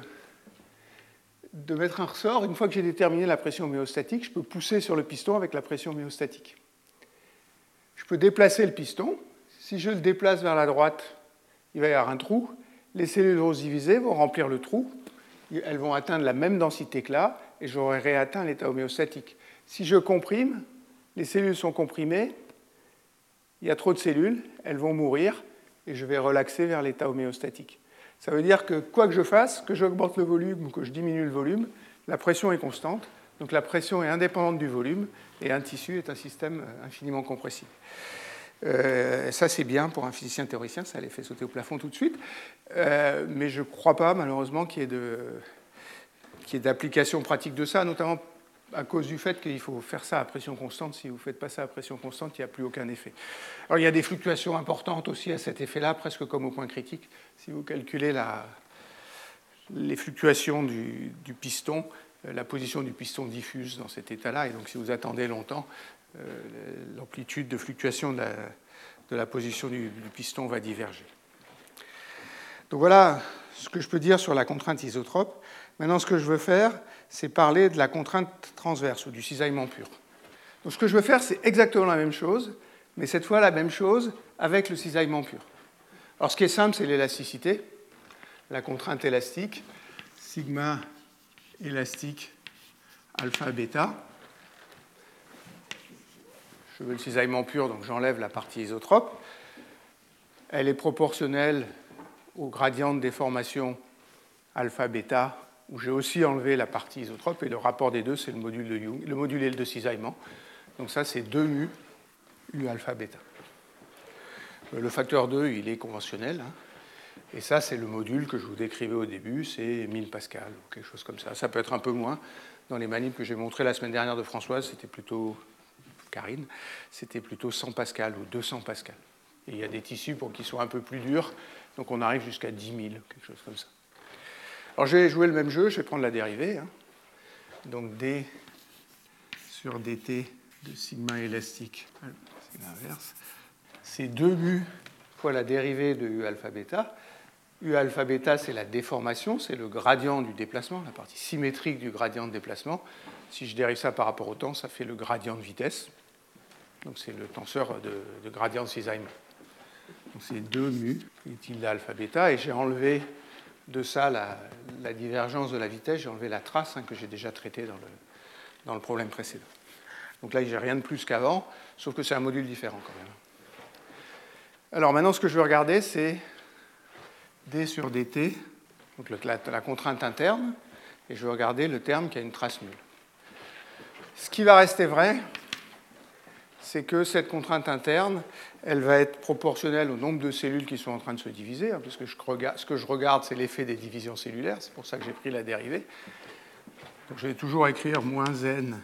mettre un ressort, une fois que j'ai déterminé la pression homéostatique, je peux pousser sur le piston avec la pression homéostatique. Je peux déplacer le piston. Si je le déplace vers la droite, il va y avoir un trou. Les cellules vont se diviser, vont remplir le trou. Elles vont atteindre la même densité que là, et j'aurai réatteint l'état homéostatique. Si je comprime, les cellules sont comprimées, il y a trop de cellules, elles vont mourir, et je vais relaxer vers l'état homéostatique. Ça veut dire que quoi que je fasse, que j'augmente le volume ou que je diminue le volume, la pression est constante. Donc la pression est indépendante du volume et un tissu est un système infiniment compressible. Ça, c'est bien pour un physicien théoricien, ça les fait sauter au plafond tout de suite. Mais je ne crois pas, malheureusement, qu'il y ait d'application pratique de ça, notamment à cause du fait qu'il faut faire ça à pression constante. Si vous ne faites pas ça à pression constante, il n'y a plus aucun effet. Alors, il y a des fluctuations importantes aussi à cet effet-là, presque comme au point critique. Si vous calculez les fluctuations du piston, la position du piston diffuse dans cet état-là, et donc si vous attendez longtemps, l'amplitude de fluctuation de la position du piston va diverger. Donc voilà ce que je peux dire sur la contrainte isotrope. Maintenant, ce que je veux faire, c'est parler de la contrainte transverse ou du cisaillement pur. Donc ce que je veux faire, c'est exactement la même chose, mais cette fois la même chose avec le cisaillement pur. Alors ce qui est simple, c'est l'élasticité, la contrainte élastique, sigma élastique alpha bêta. Je veux le cisaillement pur, donc j'enlève la partie isotrope. Elle est proportionnelle au gradient de déformation alpha bêta, où j'ai aussi enlevé la partie isotrope, et le rapport des deux, c'est le module de Young, le module de cisaillement. Donc ça, c'est 2 mu U alpha bêta. Le facteur 2, il est conventionnel, hein. Et ça, c'est le module que je vous décrivais au début, c'est 1000 pascal, ou quelque chose comme ça. Ça peut être un peu moins. Dans les manips que j'ai montrées la semaine dernière de Françoise, c'était plutôt, Karine, c'était plutôt 100 pascal ou 200 pascal. Et il y a des tissus pour qu'ils soient un peu plus durs, donc on arrive jusqu'à 10 000, quelque chose comme ça. Alors je vais jouer le même jeu, je vais prendre la dérivée. Hein. Donc d sur dt de sigma élastique, c'est l'inverse, c'est 2 mu fois la dérivée de u alpha bêta. U alpha bêta, c'est la déformation, c'est le gradient du déplacement, la partie symétrique du gradient de déplacement. Si je dérive ça par rapport au temps, ça fait le gradient de vitesse. Donc c'est le tenseur de gradient de cisaillement. Donc c'est 2 mu tilde alpha bêta, et j'ai enlevé de ça la divergence de la vitesse, j'ai enlevé la trace que j'ai déjà traitée dans le problème précédent. Donc là, j'ai rien de plus qu'avant, sauf que c'est un module différent quand même. Alors maintenant, ce que je veux regarder, c'est d sur dt, donc la contrainte interne, et je veux regarder le terme qui a une trace nulle. Ce qui va rester vrai, c'est que cette contrainte interne, elle va être proportionnelle au nombre de cellules qui sont en train de se diviser, hein, parce que ce que je regarde, c'est l'effet des divisions cellulaires, c'est pour ça que j'ai pris la dérivée. Donc je vais toujours écrire moins n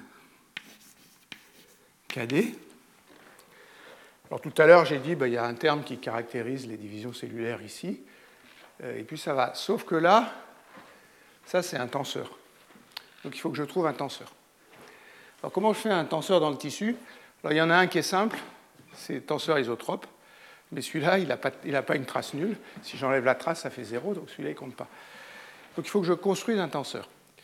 kd. Alors tout à l'heure, j'ai dit, il y a un terme qui caractérise les divisions cellulaires ici, et puis ça va. Sauf que là, ça c'est un tenseur. Donc il faut que je trouve un tenseur. Alors comment je fais un tenseur dans le tissu? Alors il y en a un qui est simple, c'est tenseur isotrope, mais celui-là, il n'a pas une trace nulle. Si j'enlève la trace, ça fait 0, donc celui-là, il ne compte pas. Donc il faut que je construise un tenseur.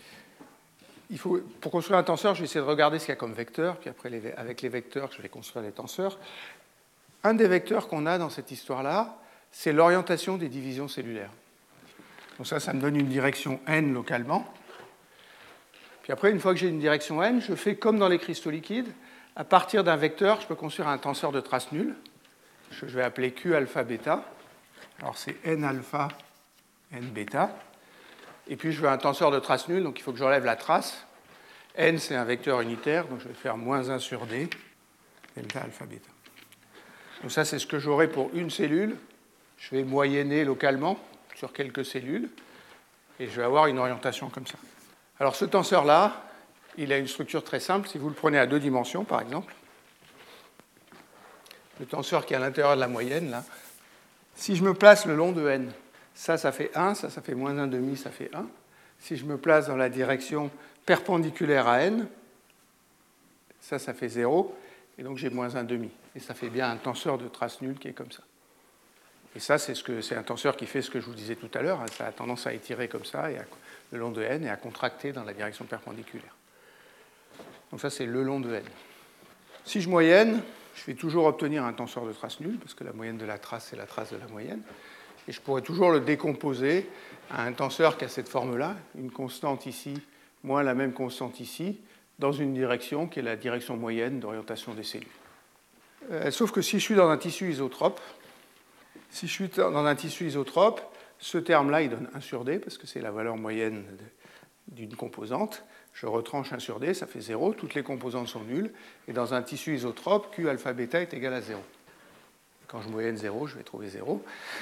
Pour construire un tenseur, je vais essayer de regarder ce qu'il y a comme vecteur, puis après, avec les vecteurs, je vais construire les tenseurs. Un des vecteurs qu'on a dans cette histoire-là, c'est l'orientation des divisions cellulaires. Donc ça me donne une direction n localement. Puis après, une fois que j'ai une direction n, je fais comme dans les cristaux liquides. À partir d'un vecteur, je peux construire un tenseur de traces nulles, que je vais appeler Q alpha bêta. Alors c'est N alpha, N bêta. Et puis je veux un tenseur de traces nulles, donc il faut que j'enlève la trace. N, c'est un vecteur unitaire, donc je vais faire moins 1 sur D, delta alpha bêta. Donc ça, c'est ce que j'aurai pour une cellule. Je vais moyenner localement sur quelques cellules, et je vais avoir une orientation comme ça. Alors ce tenseur-là, il a une structure très simple. Si vous le prenez à 2 dimensions, par exemple, le tenseur qui est à l'intérieur de la moyenne, là, si je me place le long de N, ça fait 1, ça fait moins 1,5, ça fait 1. Si je me place dans la direction perpendiculaire à N, ça fait 0, et donc j'ai moins 1,5. Et ça fait bien un tenseur de traces nulles qui est comme ça. Et ça, c'est un tenseur qui fait ce que je vous disais tout à l'heure. Ça a tendance à étirer comme ça, le long de N, et à contracter dans la direction perpendiculaire. Donc ça, c'est le long de N. Si je moyenne, je vais toujours obtenir un tenseur de traces nulles, parce que la moyenne de la trace, c'est la trace de la moyenne. Et je pourrais toujours le décomposer à un tenseur qui a cette forme-là, une constante ici, moins la même constante ici, dans une direction qui est la direction moyenne d'orientation des cellules. Sauf que si je suis dans un tissu isotrope, ce terme-là, il donne 1 sur D, parce que c'est la valeur moyenne d'une composante. Je retranche 1 sur D, ça fait 0. Toutes les composantes sont nulles. Et dans un tissu isotrope, Q alpha bêta est égal à 0. Quand je moyenne 0, je vais trouver 0.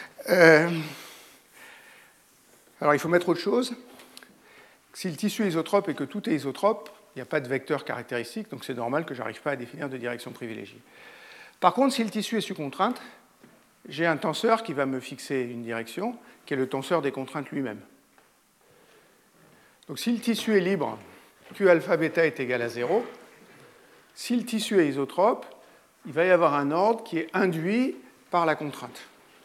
Alors, il faut mettre autre chose. Si le tissu est isotrope et que tout est isotrope, il n'y a pas de vecteur caractéristique, donc c'est normal que je n'arrive pas à définir de direction privilégiée. Par contre, si le tissu est sous contrainte, j'ai un tenseur qui va me fixer une direction, qui est le tenseur des contraintes lui-même. Donc si le tissu est libre, Q alpha bêta est égal à 0. Si le tissu est isotrope, il va y avoir un ordre qui est induit par la contrainte.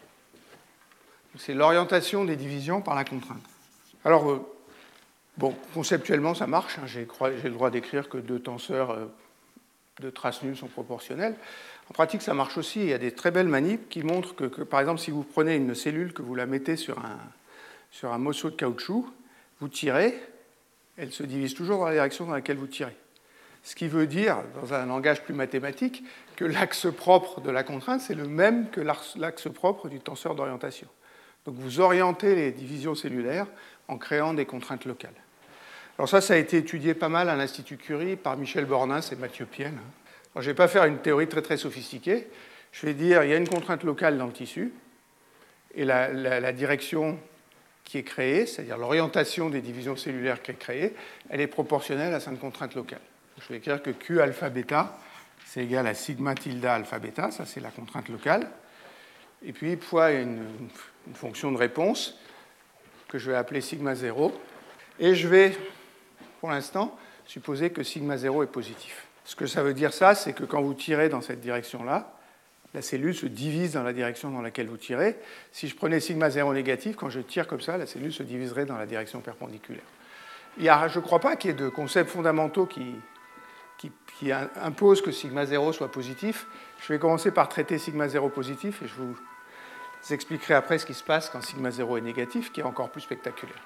C'est l'orientation des divisions par la contrainte. Alors, conceptuellement, ça marche. J'ai le droit d'écrire que 2 tenseurs de traces nulles sont proportionnels. En pratique, ça marche aussi. Il y a des très belles manips qui montrent que par exemple, si vous prenez une cellule, que vous la mettez sur un morceau de caoutchouc, vous tirez, elle se divise toujours dans la direction dans laquelle vous tirez. Ce qui veut dire, dans un langage plus mathématique, que l'axe propre de la contrainte, c'est le même que l'axe propre du tenseur d'orientation. Donc vous orientez les divisions cellulaires en créant des contraintes locales. Alors ça a été étudié pas mal à l'Institut Curie par Michel Bornas et Mathieu Piel. Alors, je ne vais pas faire une théorie très très sophistiquée. Je vais dire il y a une contrainte locale dans le tissu, et la direction qui est créée, c'est-à-dire l'orientation des divisions cellulaires qui est créée, elle est proportionnelle à cette contrainte locale. Je vais écrire que Q alpha bêta, c'est égal à sigma tilde alpha bêta, ça c'est la contrainte locale. Et puis fois une fonction de réponse que je vais appeler sigma 0. Et je vais, pour l'instant, supposer que sigma 0 est positif. Ce que ça veut dire, c'est que quand vous tirez dans cette direction-là, la cellule se divise dans la direction dans laquelle vous tirez. Si je prenais sigma 0 négatif, quand je tire comme ça, la cellule se diviserait dans la direction perpendiculaire. Je ne crois pas qu'il y ait de concepts fondamentaux qui imposent que sigma 0 soit positif. Je vais commencer par traiter sigma 0 positif et je vous expliquerai après ce qui se passe quand sigma 0 est négatif, qui est encore plus spectaculaire.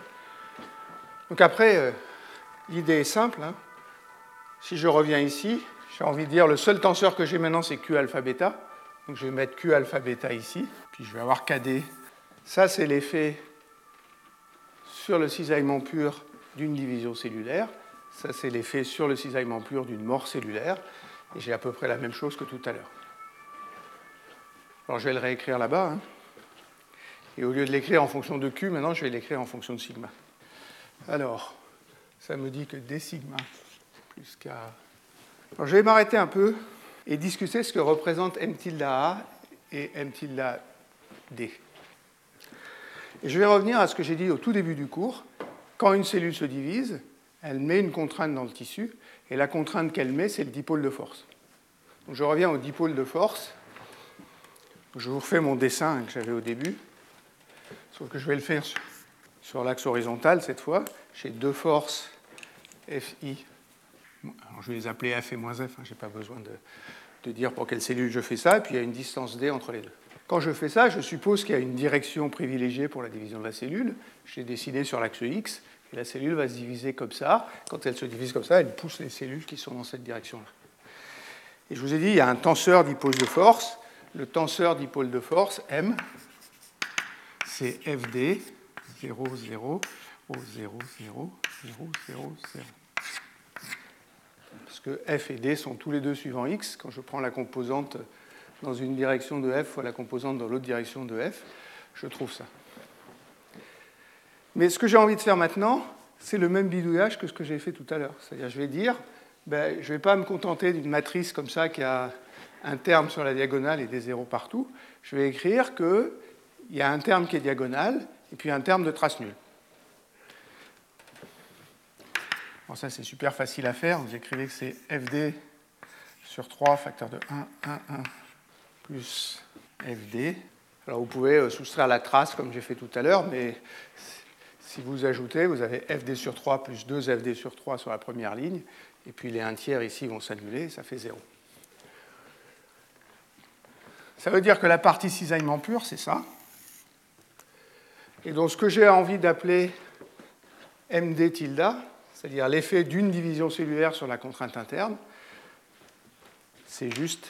Donc après, l'idée est simple. Si je reviens ici, j'ai envie de dire le seul tenseur que j'ai maintenant, c'est Q alpha bêta. Donc je vais mettre Q alpha bêta ici, puis je vais avoir KD. Ça, c'est l'effet sur le cisaillement pur d'une division cellulaire. Ça, c'est l'effet sur le cisaillement pur d'une mort cellulaire. Et j'ai à peu près la même chose que tout à l'heure. Alors je vais le réécrire là-bas. Et au lieu de l'écrire en fonction de Q, maintenant, je vais l'écrire en fonction de sigma. Alors, ça me dit que d sigma plus k. Alors, je vais m'arrêter un peu et discuter ce que représente m tilde a et m tilde d. Et je vais revenir à ce que j'ai dit au tout début du cours. Quand une cellule se divise, elle met une contrainte dans le tissu, et la contrainte qu'elle met, c'est le dipôle de force. Donc, je reviens au dipôle de force. Je vous refais mon dessin que j'avais au début, sauf que je vais le faire sur l'axe horizontal cette fois. J'ai 2 forces FI. Alors, je vais les appeler F et moins F, je n'ai pas besoin de dire pour quelle cellule je fais ça, et puis il y a une distance D entre les deux. Quand je fais ça, je suppose qu'il y a une direction privilégiée pour la division de la cellule. Je l'ai dessinée sur l'axe X, et la cellule va se diviser comme ça. Quand elle se divise comme ça, elle pousse les cellules qui sont dans cette direction-là. Et je vous ai dit, il y a un tenseur dipôle de force. Le tenseur dipôle de force, M, c'est FD, 0, 0, 0, 0, 0, 0, 0, 0. Parce que F et D sont tous les deux suivants X. Quand je prends la composante dans une direction de F fois la composante dans l'autre direction de F, je trouve ça. Mais ce que j'ai envie de faire maintenant, c'est le même bidouillage que ce que j'ai fait tout à l'heure. C'est-à-dire, je vais dire, je ne vais pas me contenter d'une matrice comme ça qui a un terme sur la diagonale et des zéros partout. Je vais écrire qu'il y a un terme qui est diagonal et puis un terme de trace nulle. Bon, ça, c'est super facile à faire. Vous écrivez que c'est FD sur 3, facteur de 1, 1, 1, plus FD. Alors, vous pouvez soustraire la trace comme j'ai fait tout à l'heure, mais si vous ajoutez, vous avez FD sur 3 plus 2 FD sur 3 sur la première ligne, et puis les 1 tiers ici vont s'annuler, et ça fait 0. Ça veut dire que la partie cisaillement pure, c'est ça. Et donc, ce que j'ai envie d'appeler MD tilde, c'est-à-dire l'effet d'une division cellulaire sur la contrainte interne, c'est juste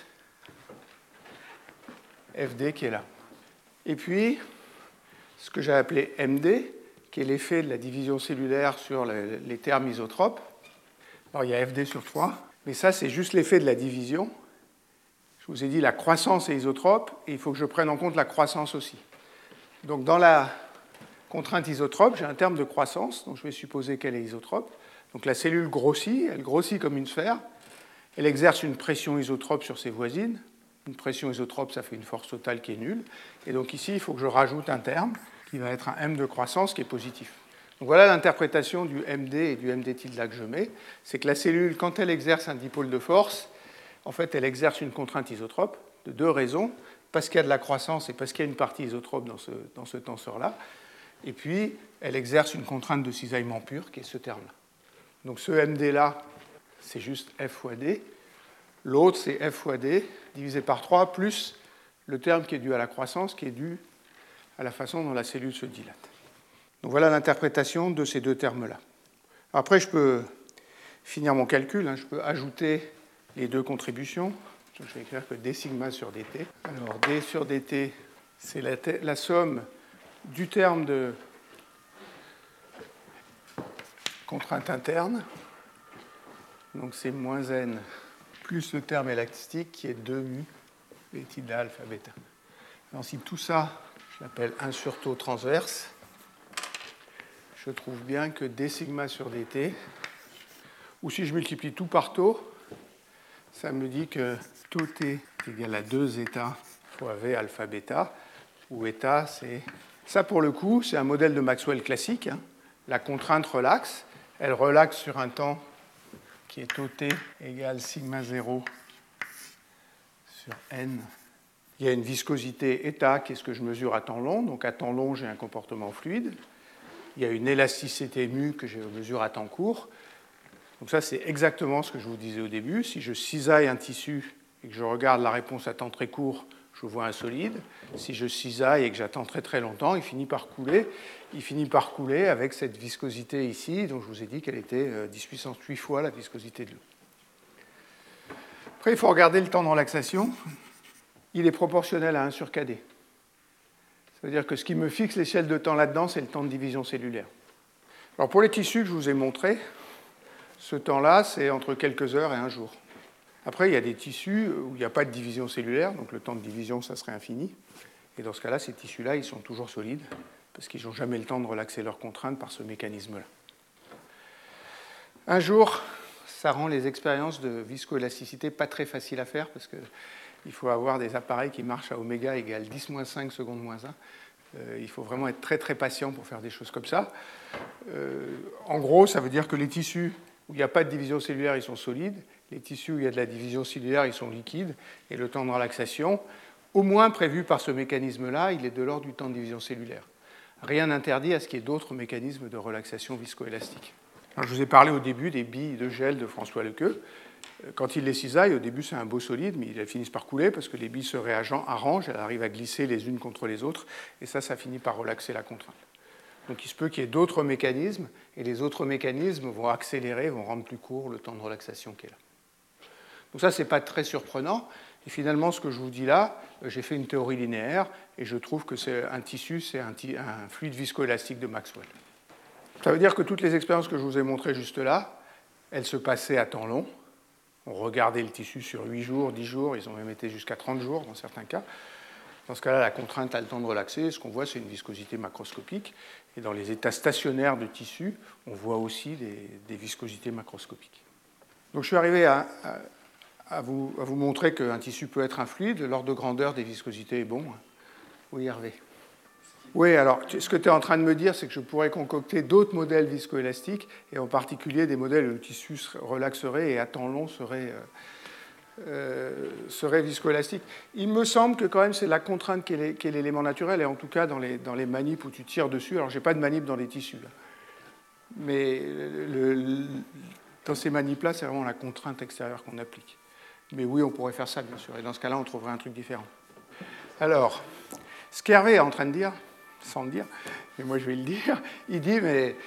FD qui est là. Et puis, ce que j'ai appelé MD, qui est l'effet de la division cellulaire sur les termes isotropes. Alors, il y a FD sur 3, mais ça, c'est juste l'effet de la division. Je vous ai dit, la croissance est isotrope, et il faut que je prenne en compte la croissance aussi. Donc, dans la contrainte isotrope, j'ai un terme de croissance, donc je vais supposer qu'elle est isotrope. Donc, la cellule grossit, elle grossit comme une sphère. Elle exerce une pression isotrope sur ses voisines. Une pression isotrope, ça fait une force totale qui est nulle. Et donc, ici, il faut que je rajoute un terme qui va être un M de croissance qui est positif. Donc, voilà l'interprétation du MD et du MD tilde que je mets. C'est que la cellule, quand elle exerce un dipôle de force, en fait, elle exerce une contrainte isotrope de deux raisons. Parce qu'il y a de la croissance et parce qu'il y a une partie isotrope dans ce tenseur-là. Et puis, elle exerce une contrainte de cisaillement pur, qui est ce terme-là. Donc, ce MD-là, c'est juste F fois D. L'autre, c'est F fois D divisé par 3, plus le terme qui est dû à la croissance, qui est dû à la façon dont la cellule se dilate. Donc, voilà l'interprétation de ces deux termes-là. Après, je peux finir mon calcul. Je peux ajouter les deux contributions. Donc, je vais écrire que d sigma sur dt. Alors, d sur dt, c'est la somme du terme de contrainte interne. Donc, c'est moins n plus le terme élastique qui est 2 mu v tilde alpha bêta. Alors, si tout ça, je l'appelle 1 sur taux transverse, je trouve bien que d sigma sur dt, ou si je multiplie tout par taux, ça me dit que taux t est égal à 2 zeta fois v alpha bêta, où eta, c'est... Ça, pour le coup, c'est un modèle de Maxwell classique. La contrainte relaxe. Elle relaxe sur un temps qui est taux t égale sigma 0 sur n. Il y a une viscosité eta qui est ce que je mesure à temps long. Donc à temps long, j'ai un comportement fluide. Il y a une élasticité mu que je mesure à temps court. Donc ça, c'est exactement ce que je vous disais au début. Si je cisaille un tissu et que je regarde la réponse à temps très court, je vois un solide. Si je cisaille et que j'attends très très longtemps, il finit par couler. Il finit par couler avec cette viscosité ici, dont je vous ai dit qu'elle était 10 puissance 8 fois la viscosité de l'eau. Après, il faut regarder le temps de relaxation. Il est proportionnel à 1 sur kd. Ça veut dire que ce qui me fixe l'échelle de temps là-dedans, c'est le temps de division cellulaire. Alors pour les tissus que je vous ai montrés, ce temps-là, c'est entre quelques heures et un jour. Après, il y a des tissus où il n'y a pas de division cellulaire, donc le temps de division, ça serait infini. Et dans ce cas-là, ces tissus-là, ils sont toujours solides, parce qu'ils n'ont jamais le temps de relaxer leurs contraintes par ce mécanisme-là. Un jour, ça rend les expériences de viscoélasticité pas très faciles à faire, parce qu'il faut avoir des appareils qui marchent à oméga égale 10-5 secondes moins 1. Il faut vraiment être très très patient pour faire des choses comme ça. En gros, ça veut dire que les tissus où il n'y a pas de division cellulaire, ils sont solides. Les tissus où il y a de la division cellulaire, ils sont liquides. Et le temps de relaxation, au moins prévu par ce mécanisme-là, il est de l'ordre du temps de division cellulaire. Rien n'interdit à ce qu'il y ait d'autres mécanismes de relaxation viscoélastique. Alors, je vous ai parlé au début des billes de gel de François Lequeux. Quand il les cisaille, au début, c'est un beau solide, mais elles finissent par couler parce que les billes se réarrangent, elles arrivent à glisser les unes contre les autres, et ça finit par relaxer la contrainte. Donc il se peut qu'il y ait d'autres mécanismes, et les autres mécanismes vont accélérer, vont rendre plus court le temps de relaxation qui est là. Donc ça, ce n'est pas très surprenant. Et finalement, ce que je vous dis là, j'ai fait une théorie linéaire et je trouve que un tissu, c'est un fluide viscoélastique de Maxwell. Ça veut dire que toutes les expériences que je vous ai montrées juste là, elles se passaient à temps long. On regardait le tissu sur 8 jours, 10 jours, ils ont même été jusqu'à 30 jours dans certains cas. Dans ce cas-là, la contrainte a le temps de relaxer. Ce qu'on voit, c'est une viscosité macroscopique. Et dans les états stationnaires de tissu, on voit aussi des viscosités macroscopiques. Donc je suis arrivé à vous montrer qu'un tissu peut être un fluide. L'ordre de grandeur des viscosités est bon. Oui, Hervé. Oui, alors ce que tu es en train de me dire, c'est que je pourrais concocter d'autres modèles viscoélastiques, et en particulier des modèles où le tissu se relaxerait et à temps long serait viscoélastique. Il me semble que quand même c'est la contrainte qui est l'élément naturel, et en tout cas dans les manips où tu tires dessus. Alors je n'ai pas de manip dans les tissus, mais dans ces manips-là, c'est vraiment la contrainte extérieure qu'on applique. Mais oui, on pourrait faire ça, bien sûr, et dans ce cas-là, on trouverait un truc différent. Alors, ce qu'Hervé est en train de dire, sans le dire, mais moi je vais le dire, il dit, mais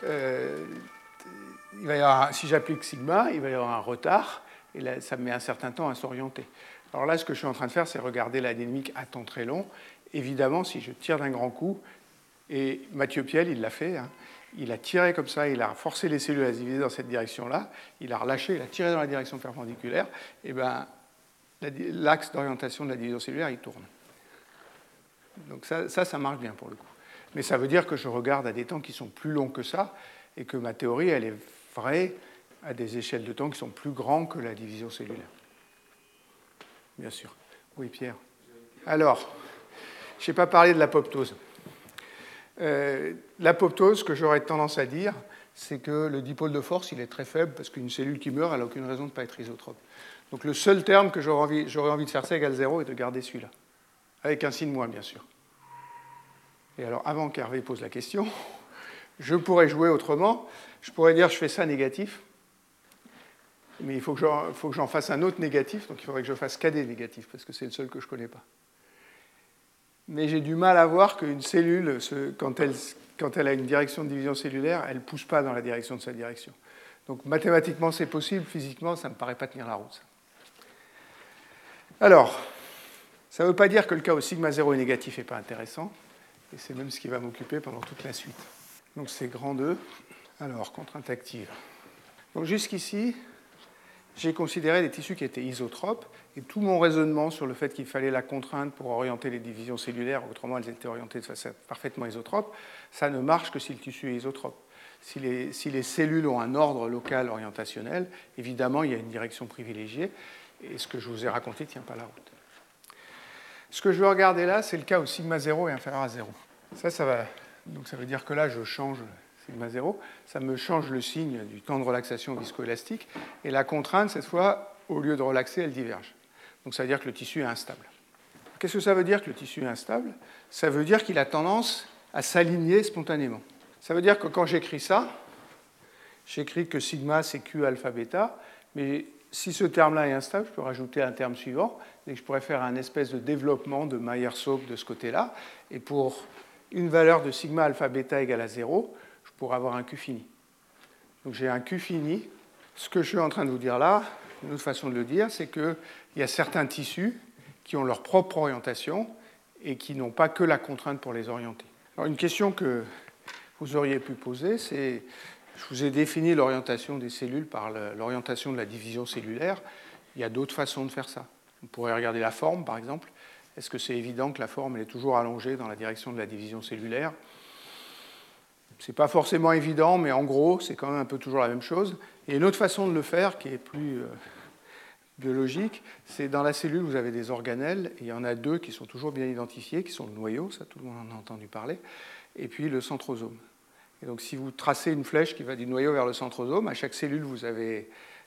il va y avoir, si j'applique sigma, il va y avoir un retard, et là, ça met un certain temps à s'orienter. Alors là, ce que je suis en train de faire, c'est regarder la dynamique à temps très long. Évidemment, si je tire d'un grand coup, et Mathieu Piel, il l'a fait, il a tiré comme ça, il a forcé les cellules à se diviser dans cette direction-là, il a relâché, il a tiré dans la direction perpendiculaire, et bien l'axe d'orientation de la division cellulaire, il tourne. Donc ça marche bien pour le coup. Mais ça veut dire que je regarde à des temps qui sont plus longs que ça, et que ma théorie, elle est vraie à des échelles de temps qui sont plus grandes que la division cellulaire. Bien sûr. Oui, Pierre. Alors, je n'ai pas parlé de l'apoptose. L'apoptose, ce que j'aurais tendance à dire, c'est que le dipôle de force, il est très faible, parce qu'une cellule qui meurt, elle n'a aucune raison de ne pas être isotrope. Donc le seul terme que j'aurais envie de faire C égale 0 et de garder celui-là. Avec un signe moins, bien sûr. Et alors, avant qu'Hervé pose la question, je pourrais jouer autrement. Je pourrais dire je fais ça négatif, mais il faut que j'en fasse un autre négatif, donc il faudrait que je fasse KD négatif, parce que c'est le seul que je ne connais pas. Mais j'ai du mal à voir qu'une cellule, quand elle a une direction de division cellulaire, elle ne pousse pas dans la direction de sa direction. Donc mathématiquement, c'est possible, physiquement, ça ne me paraît pas tenir la route. Alors, ça ne veut pas dire que le cas où sigma 0 est négatif n'est pas intéressant, et c'est même ce qui va m'occuper pendant toute la suite. Donc c'est grand 2. Alors, contrainte active. Donc jusqu'ici, j'ai considéré des tissus qui étaient isotropes, et tout mon raisonnement sur le fait qu'il fallait la contrainte pour orienter les divisions cellulaires, autrement elles étaient orientées de façon parfaitement isotrope, ça ne marche que si le tissu est isotrope. Si les cellules ont un ordre local orientationnel, évidemment, il y a une direction privilégiée, et ce que je vous ai raconté ne tient pas la route. Ce que je veux regarder là, c'est le cas où sigma 0 est inférieur à 0. Donc ça veut dire que là, je change sigma 0, ça me change le signe du temps de relaxation viscoélastique, et la contrainte, cette fois, au lieu de relaxer, elle diverge. Donc ça veut dire que le tissu est instable. Qu'est-ce que ça veut dire que le tissu est instable? Ça veut dire qu'il a tendance à s'aligner spontanément. Ça veut dire que quand j'écris ça, j'écris que sigma c'est Q alpha bêta, mais si ce terme-là est instable, je peux rajouter un terme suivant, et je pourrais faire un espèce de développement de Mayer-Saupe de ce côté-là, et pour une valeur de sigma alpha bêta égale à 0, je pourrais avoir un Q fini. Donc j'ai un Q fini. Ce que je suis en train de vous dire là, une autre façon de le dire, c'est qu'il y a certains tissus qui ont leur propre orientation et qui n'ont pas que la contrainte pour les orienter. Alors une question que vous auriez pu poser, c'est, je vous ai défini l'orientation des cellules par l'orientation de la division cellulaire. Il y a d'autres façons de faire ça. On pourrait regarder la forme, par exemple. Est-ce que c'est évident que la forme elle est toujours allongée dans la direction de la division cellulaire? Ce n'est pas forcément évident, mais en gros, c'est quand même un peu toujours la même chose. Et une autre façon de le faire, qui est plus biologique, c'est dans la cellule, vous avez des organelles, et il y en a deux qui sont toujours bien identifiés, qui sont le noyau, ça tout le monde en a entendu parler, et puis le centrosome. Et donc si vous tracez une flèche qui va du noyau vers le centrosome, à chaque cellule, vous avez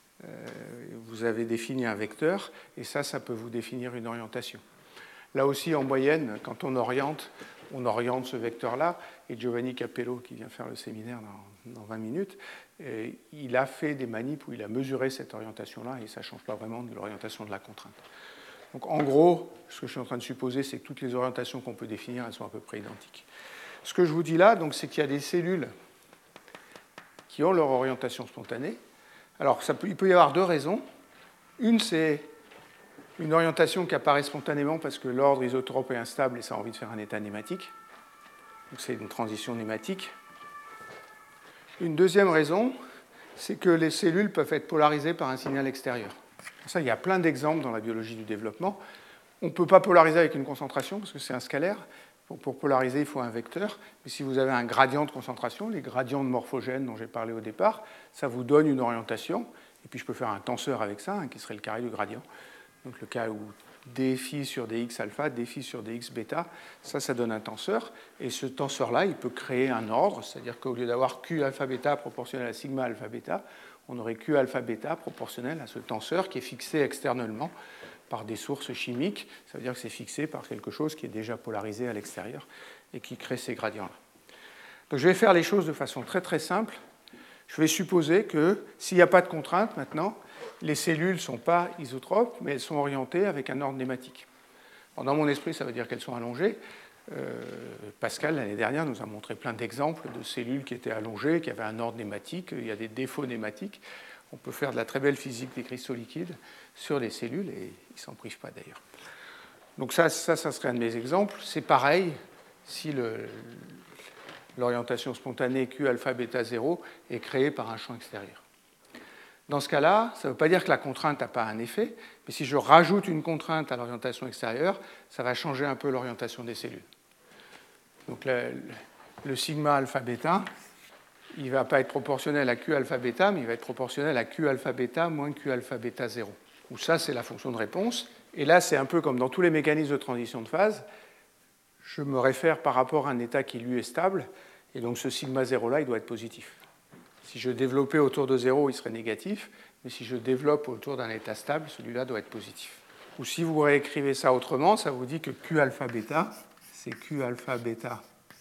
défini un vecteur, et ça peut vous définir une orientation. Là aussi, en moyenne, quand on oriente ce vecteur-là, et Giovanni Capello, qui vient faire le séminaire dans 20 minutes, il a fait des manips où il a mesuré cette orientation-là, et ça ne change pas vraiment de l'orientation de la contrainte. Donc en gros, ce que je suis en train de supposer, c'est que toutes les orientations qu'on peut définir, elles sont à peu près identiques. Ce que je vous dis là, c'est qu'il y a des cellules qui ont leur orientation spontanée. Alors il peut y avoir deux raisons. Une, c'est une orientation qui apparaît spontanément parce que l'ordre isotrope est instable et ça a envie de faire un état nématique. Donc c'est une transition nématique. Une deuxième raison, c'est que les cellules peuvent être polarisées par un signal extérieur. Ça, il y a plein d'exemples dans la biologie du développement. On ne peut pas polariser avec une concentration parce que c'est un scalaire. Pour polariser, il faut un vecteur. Mais si vous avez un gradient de concentration, les gradients de morphogènes dont j'ai parlé au départ, ça vous donne une orientation. Et puis je peux faire un tenseur avec ça, qui serait le carré du gradient. Donc le cas où d phi sur dx alpha, d phi sur dx bêta, ça donne un tenseur. Et ce tenseur-là, il peut créer un ordre, c'est-à-dire qu'au lieu d'avoir q alpha bêta proportionnel à sigma alpha bêta, on aurait q alpha bêta proportionnel à ce tenseur qui est fixé externellement par des sources chimiques. Ça veut dire que c'est fixé par quelque chose qui est déjà polarisé à l'extérieur et qui crée ces gradients-là. Donc je vais faire les choses de façon très très simple. Je vais supposer que s'il n'y a pas de contrainte maintenant, les cellules ne sont pas isotropes, mais elles sont orientées avec un ordre nématique. Alors, dans mon esprit, ça veut dire qu'elles sont allongées. Pascal, l'année dernière, nous a montré plein d'exemples de cellules qui étaient allongées, qui avaient un ordre nématique. Il y a des défauts nématiques. On peut faire de la très belle physique des cristaux liquides sur les cellules, et ils ne s'en privent pas d'ailleurs. Donc ça serait un de mes exemples. C'est pareil si l'orientation spontanée Q alpha bêta 0 est créée par un champ extérieur. Dans ce cas-là, ça ne veut pas dire que la contrainte n'a pas un effet, mais si je rajoute une contrainte à l'orientation extérieure, ça va changer un peu l'orientation des cellules. Donc le sigma alpha bêta, il ne va pas être proportionnel à Q alpha bêta, mais il va être proportionnel à Q alpha bêta moins Q alpha bêta 0. Où ça, c'est la fonction de réponse. Et là, c'est un peu comme dans tous les mécanismes de transition de phase. Je me réfère par rapport à un état qui, lui, est stable. Et donc, ce sigma 0-là, il doit être positif. Si je développais autour de 0, il serait négatif. Mais si je développe autour d'un état stable, celui-là doit être positif. Ou si vous réécrivez ça autrement, ça vous dit que Q alpha bêta, c'est Q alpha bêta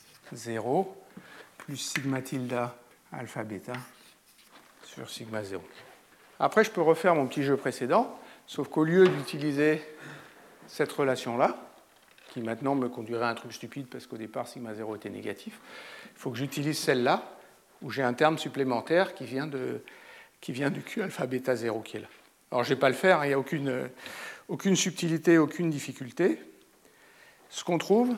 0 plus sigma tilde alpha bêta sur sigma 0. Après, je peux refaire mon petit jeu précédent, sauf qu'au lieu d'utiliser cette relation-là, qui maintenant me conduirait à un truc stupide parce qu'au départ, sigma 0 était négatif, il faut que j'utilise celle-là, où j'ai un terme supplémentaire qui vient du Q alpha bêta 0 qui est là. Alors, je ne vais pas le faire, il n'y a aucune subtilité, aucune difficulté. Ce qu'on trouve,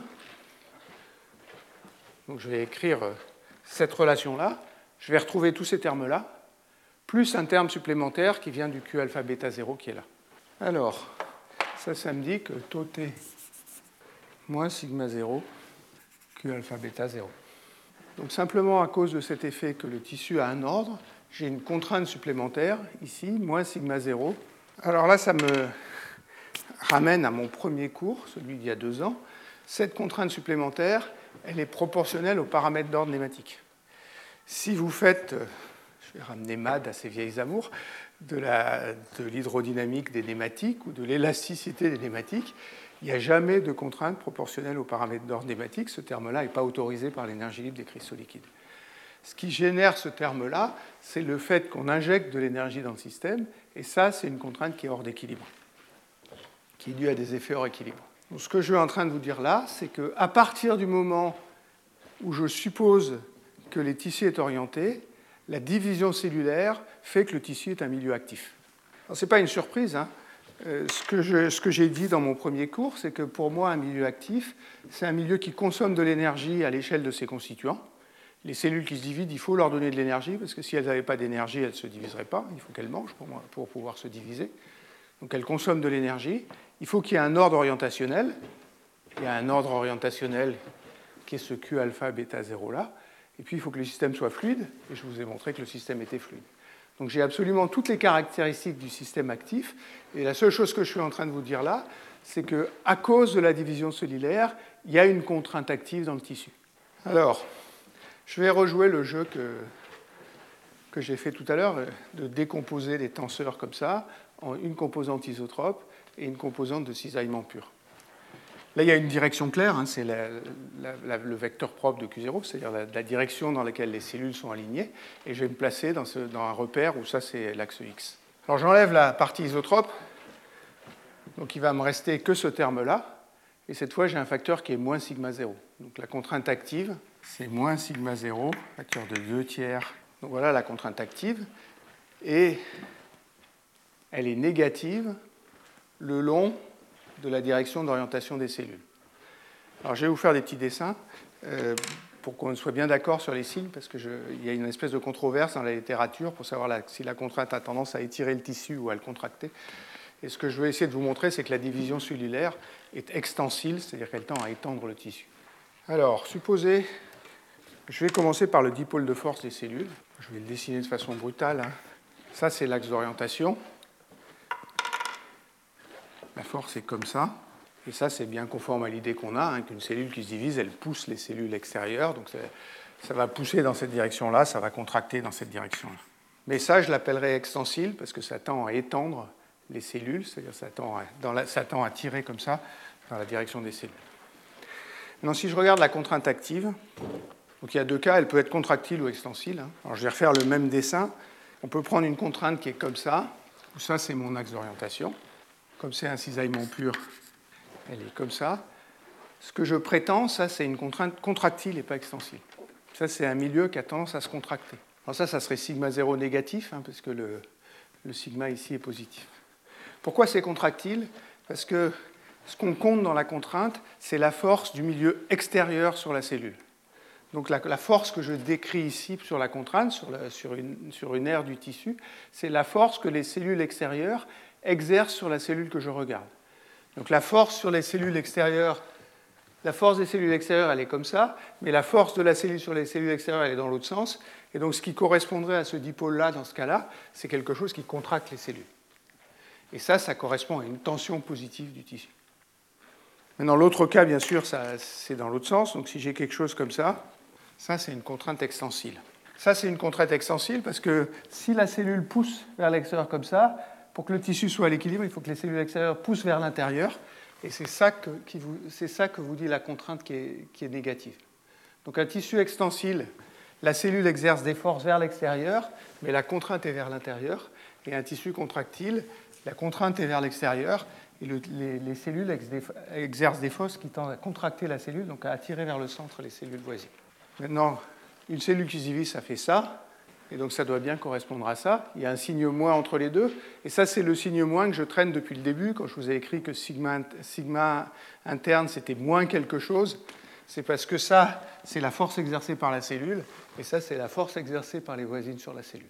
donc je vais écrire cette relation-là, je vais retrouver tous ces termes-là, plus un terme supplémentaire qui vient du Q alpha bêta 0 qui est là. Alors, ça me dit que tau T moins sigma 0, Q alpha bêta 0. Donc simplement à cause de cet effet que le tissu a un ordre, j'ai une contrainte supplémentaire, ici, moins sigma 0. Alors là, ça me ramène à mon premier cours, celui d'il y a 2 ans. Cette contrainte supplémentaire, elle est proportionnelle aux paramètres d'ordre nématique. Si vous faites, je vais ramener MAD à ses vieilles amours, de l'hydrodynamique des nématiques ou de l'élasticité des nématiques, il n'y a jamais de contrainte proportionnelle aux paramètres d'ordre nématique. Ce terme-là n'est pas autorisé par l'énergie libre des cristaux liquides. Ce qui génère ce terme-là, c'est le fait qu'on injecte de l'énergie dans le système, et ça, c'est une contrainte qui est hors d'équilibre, qui est due à des effets hors équilibre. Donc, ce que je suis en train de vous dire là, c'est qu'à partir du moment où je suppose que les tissus est orienté, la division cellulaire fait que le tissu est un milieu actif. Ce n'est pas une surprise, hein. Ce que j'ai dit dans mon premier cours, c'est que pour moi, un milieu actif, c'est un milieu qui consomme de l'énergie à l'échelle de ses constituants. Les cellules qui se divident, il faut leur donner de l'énergie, parce que si elles n'avaient pas d'énergie, elles ne se diviseraient pas. Il faut qu'elles mangent pour pouvoir se diviser. Donc elles consomment de l'énergie. Il faut qu'il y ait un ordre orientationnel. Il y a un ordre orientationnel qui est ce Q alpha bêta 0 là. Et puis il faut que le système soit fluide, et je vous ai montré que le système était fluide. Donc j'ai absolument toutes les caractéristiques du système actif, et la seule chose que je suis en train de vous dire là, c'est qu'à cause de la division cellulaire, il y a une contrainte active dans le tissu. Alors, je vais rejouer le jeu que j'ai fait tout à l'heure, de décomposer des tenseurs comme ça, en une composante isotrope et une composante de cisaillement pur. Là, il y a une direction claire, hein, c'est le vecteur propre de Q0, c'est-à-dire la direction dans laquelle les cellules sont alignées, et je vais me placer dans un repère où ça, c'est l'axe X. Alors, j'enlève la partie isotrope, donc il va me rester que ce terme-là, et cette fois, j'ai un facteur qui est moins sigma 0. Donc, la contrainte active, c'est moins sigma 0, facteur de 2 tiers. Donc, voilà la contrainte active, et elle est négative le long de la direction d'orientation des cellules. Alors, je vais vous faire des petits dessins pour qu'on soit bien d'accord sur les signes, parce qu'il y a une espèce de controverse dans la littérature pour savoir si la contrainte a tendance à étirer le tissu ou à le contracter. Et ce que je vais essayer de vous montrer, c'est que la division cellulaire est extensile, c'est-à-dire qu'elle tend à étendre le tissu. Alors, supposez, je vais commencer par le dipôle de force des cellules. Je vais le dessiner de façon brutale. Ça, c'est l'axe d'orientation. La force est comme ça. Et ça, c'est bien conforme à l'idée qu'on a, qu'une cellule qui se divise, elle pousse les cellules extérieures. Donc ça va pousser dans cette direction-là, ça va contracter dans cette direction-là. Mais ça, je l'appellerai extensile parce que ça tend à étendre les cellules, c'est-à-dire ça tend à tirer comme ça dans la direction des cellules. Maintenant, si je regarde la contrainte active, donc il y a deux cas, elle peut être contractile ou extensile. Alors je vais refaire le même dessin. On peut prendre une contrainte qui est comme ça, où ça, c'est mon axe d'orientation. Comme c'est un cisaillement pur, elle est comme ça. Ce que je prétends, ça, c'est une contrainte contractile et pas extensile. Ça, c'est un milieu qui a tendance à se contracter. Alors ça serait sigma 0 négatif, parce que le sigma ici est positif. Pourquoi c'est contractile? Parce que ce qu'on compte dans la contrainte, c'est la force du milieu extérieur sur la cellule. Donc la force que je décris ici sur la contrainte, sur une aire du tissu, c'est la force que les cellules extérieures exercent sur la cellule que je regarde. Donc la force sur les cellules extérieures, la force des cellules extérieures, elle est comme ça, mais la force de la cellule sur les cellules extérieures, elle est dans l'autre sens. Et donc ce qui correspondrait à ce dipôle-là, dans ce cas-là, c'est quelque chose qui contracte les cellules. Et ça correspond à une tension positive du tissu. Maintenant, l'autre cas, bien sûr, c'est dans l'autre sens. Donc si j'ai quelque chose comme ça, c'est une contrainte extensile. Ça, c'est une contrainte extensile parce que si la cellule pousse vers l'extérieur comme ça, pour que le tissu soit à l'équilibre, il faut que les cellules extérieures poussent vers l'intérieur. Et c'est ça que vous dit la contrainte qui est négative. Donc un tissu extensile, la cellule exerce des forces vers l'extérieur, mais la contrainte est vers l'intérieur. Et un tissu contractile, la contrainte est vers l'extérieur, et les cellules exercent des forces qui tendent à contracter la cellule, donc à attirer vers le centre les cellules voisines. Maintenant, une cellule qui se divise, ça fait ça. Et donc ça doit bien correspondre à ça. Il y a un signe moins entre les deux. Et ça, c'est le signe moins que je traîne depuis le début. Quand je vous ai écrit que sigma interne, c'était moins quelque chose, c'est parce que ça, c'est la force exercée par la cellule. Et ça, c'est la force exercée par les voisines sur la cellule.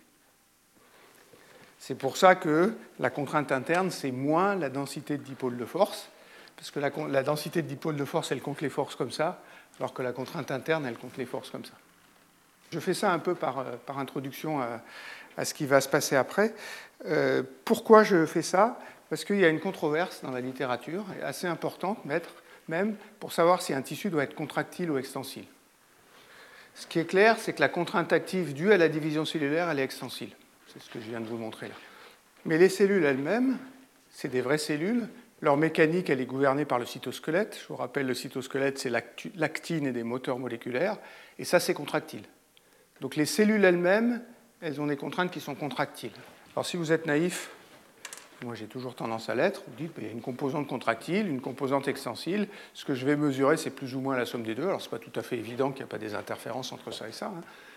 C'est pour ça que la contrainte interne, c'est moins la densité de dipôle de force. Parce que la densité de dipôle de force, elle compte les forces comme ça, alors que la contrainte interne, elle compte les forces comme ça. Je fais ça un peu par introduction à ce qui va se passer après. Pourquoi je fais ça? Parce qu'il y a une controverse dans la littérature, assez importante même, pour savoir si un tissu doit être contractile ou extensile. Ce qui est clair, c'est que la contrainte active due à la division cellulaire, elle est extensile. C'est ce que je viens de vous montrer là. Mais les cellules elles-mêmes, c'est des vraies cellules. Leur mécanique, elle est gouvernée par le cytosquelette. Je vous rappelle, le cytosquelette, c'est l'actine et des moteurs moléculaires. Et ça, c'est contractile. Donc les cellules elles-mêmes, elles ont des contraintes qui sont contractiles. Alors si vous êtes naïf, moi j'ai toujours tendance à l'être, vous dites qu'il y a une composante contractile, une composante extensile. Ce que je vais mesurer, c'est plus ou moins la somme des deux. Alors ce n'est pas tout à fait évident qu'il n'y a pas des interférences entre ça et ça.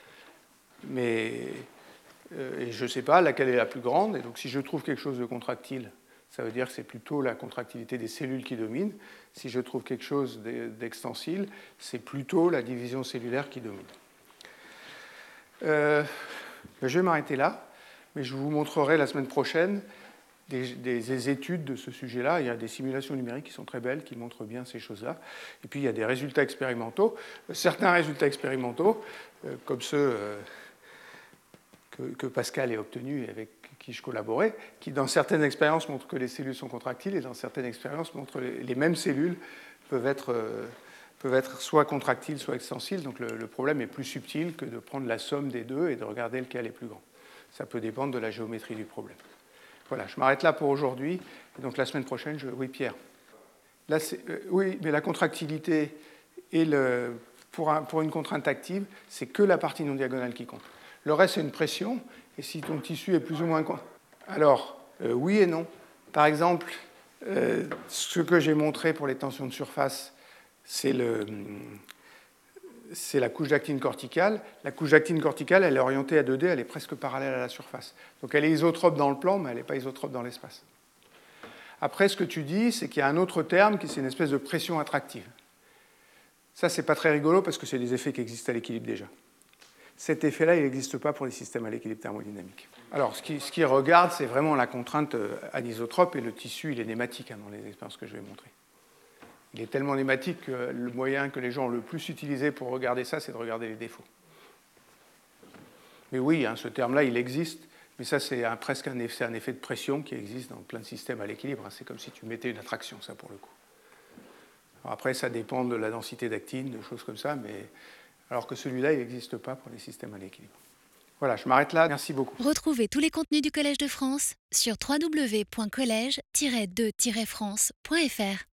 Mais et je ne sais pas laquelle est la plus grande. Et donc si je trouve quelque chose de contractile, ça veut dire que c'est plutôt la contractilité des cellules qui domine. Si je trouve quelque chose d'extensile, c'est plutôt la division cellulaire qui domine. Je vais m'arrêter là, mais je vous montrerai la semaine prochaine des études de ce sujet-là. Il y a des simulations numériques qui sont très belles, qui montrent bien ces choses-là. Et puis il y a des résultats expérimentaux. Certains résultats expérimentaux, comme ceux que Pascal a obtenus et avec qui je collaborais, qui dans certaines expériences montrent que les cellules sont contractiles et dans certaines expériences montrent que les mêmes cellules peuvent être soit contractiles, soit extensiles. Donc le problème est plus subtil que de prendre la somme des deux et de regarder lequel est plus grand. Ça peut dépendre de la géométrie du problème. Voilà, je m'arrête là pour aujourd'hui. Donc la semaine prochaine, Oui, Pierre. Là, oui, mais la contractilité et pour une contrainte active, c'est que la partie non diagonale qui compte. Le reste, c'est une pression. Et si ton tissu est plus ou moins... Alors, oui et non. Par exemple, ce que j'ai montré pour les tensions de surface, c'est c'est la couche d'actine corticale. La couche d'actine corticale, elle est orientée à 2D, elle est presque parallèle à la surface. Donc elle est isotrope dans le plan, mais elle n'est pas isotrope dans l'espace. Après, ce que tu dis, c'est qu'il y a un autre terme qui c'est une espèce de pression attractive. Ça, c'est pas très rigolo parce que c'est des effets qui existent à l'équilibre déjà. Cet effet-là, il n'existe pas pour les systèmes à l'équilibre thermodynamique. Alors, ce qui regarde, c'est vraiment la contrainte anisotrope, et le tissu, il est nématique dans les expériences que je vais montrer. Il est tellement nématique que le moyen que les gens ont le plus utilisé pour regarder ça, c'est de regarder les défauts. Mais oui, ce terme-là, il existe, mais ça, c'est presque un effet de pression qui existe dans plein de systèmes à l'équilibre. C'est comme si tu mettais une attraction, ça, pour le coup. Alors après, ça dépend de la densité d'actine, de choses comme ça, mais alors que celui-là, il n'existe pas pour les systèmes à l'équilibre. Voilà, je m'arrête là. Merci beaucoup. Retrouvez tous les contenus du Collège de France sur www.collège-2-france.fr.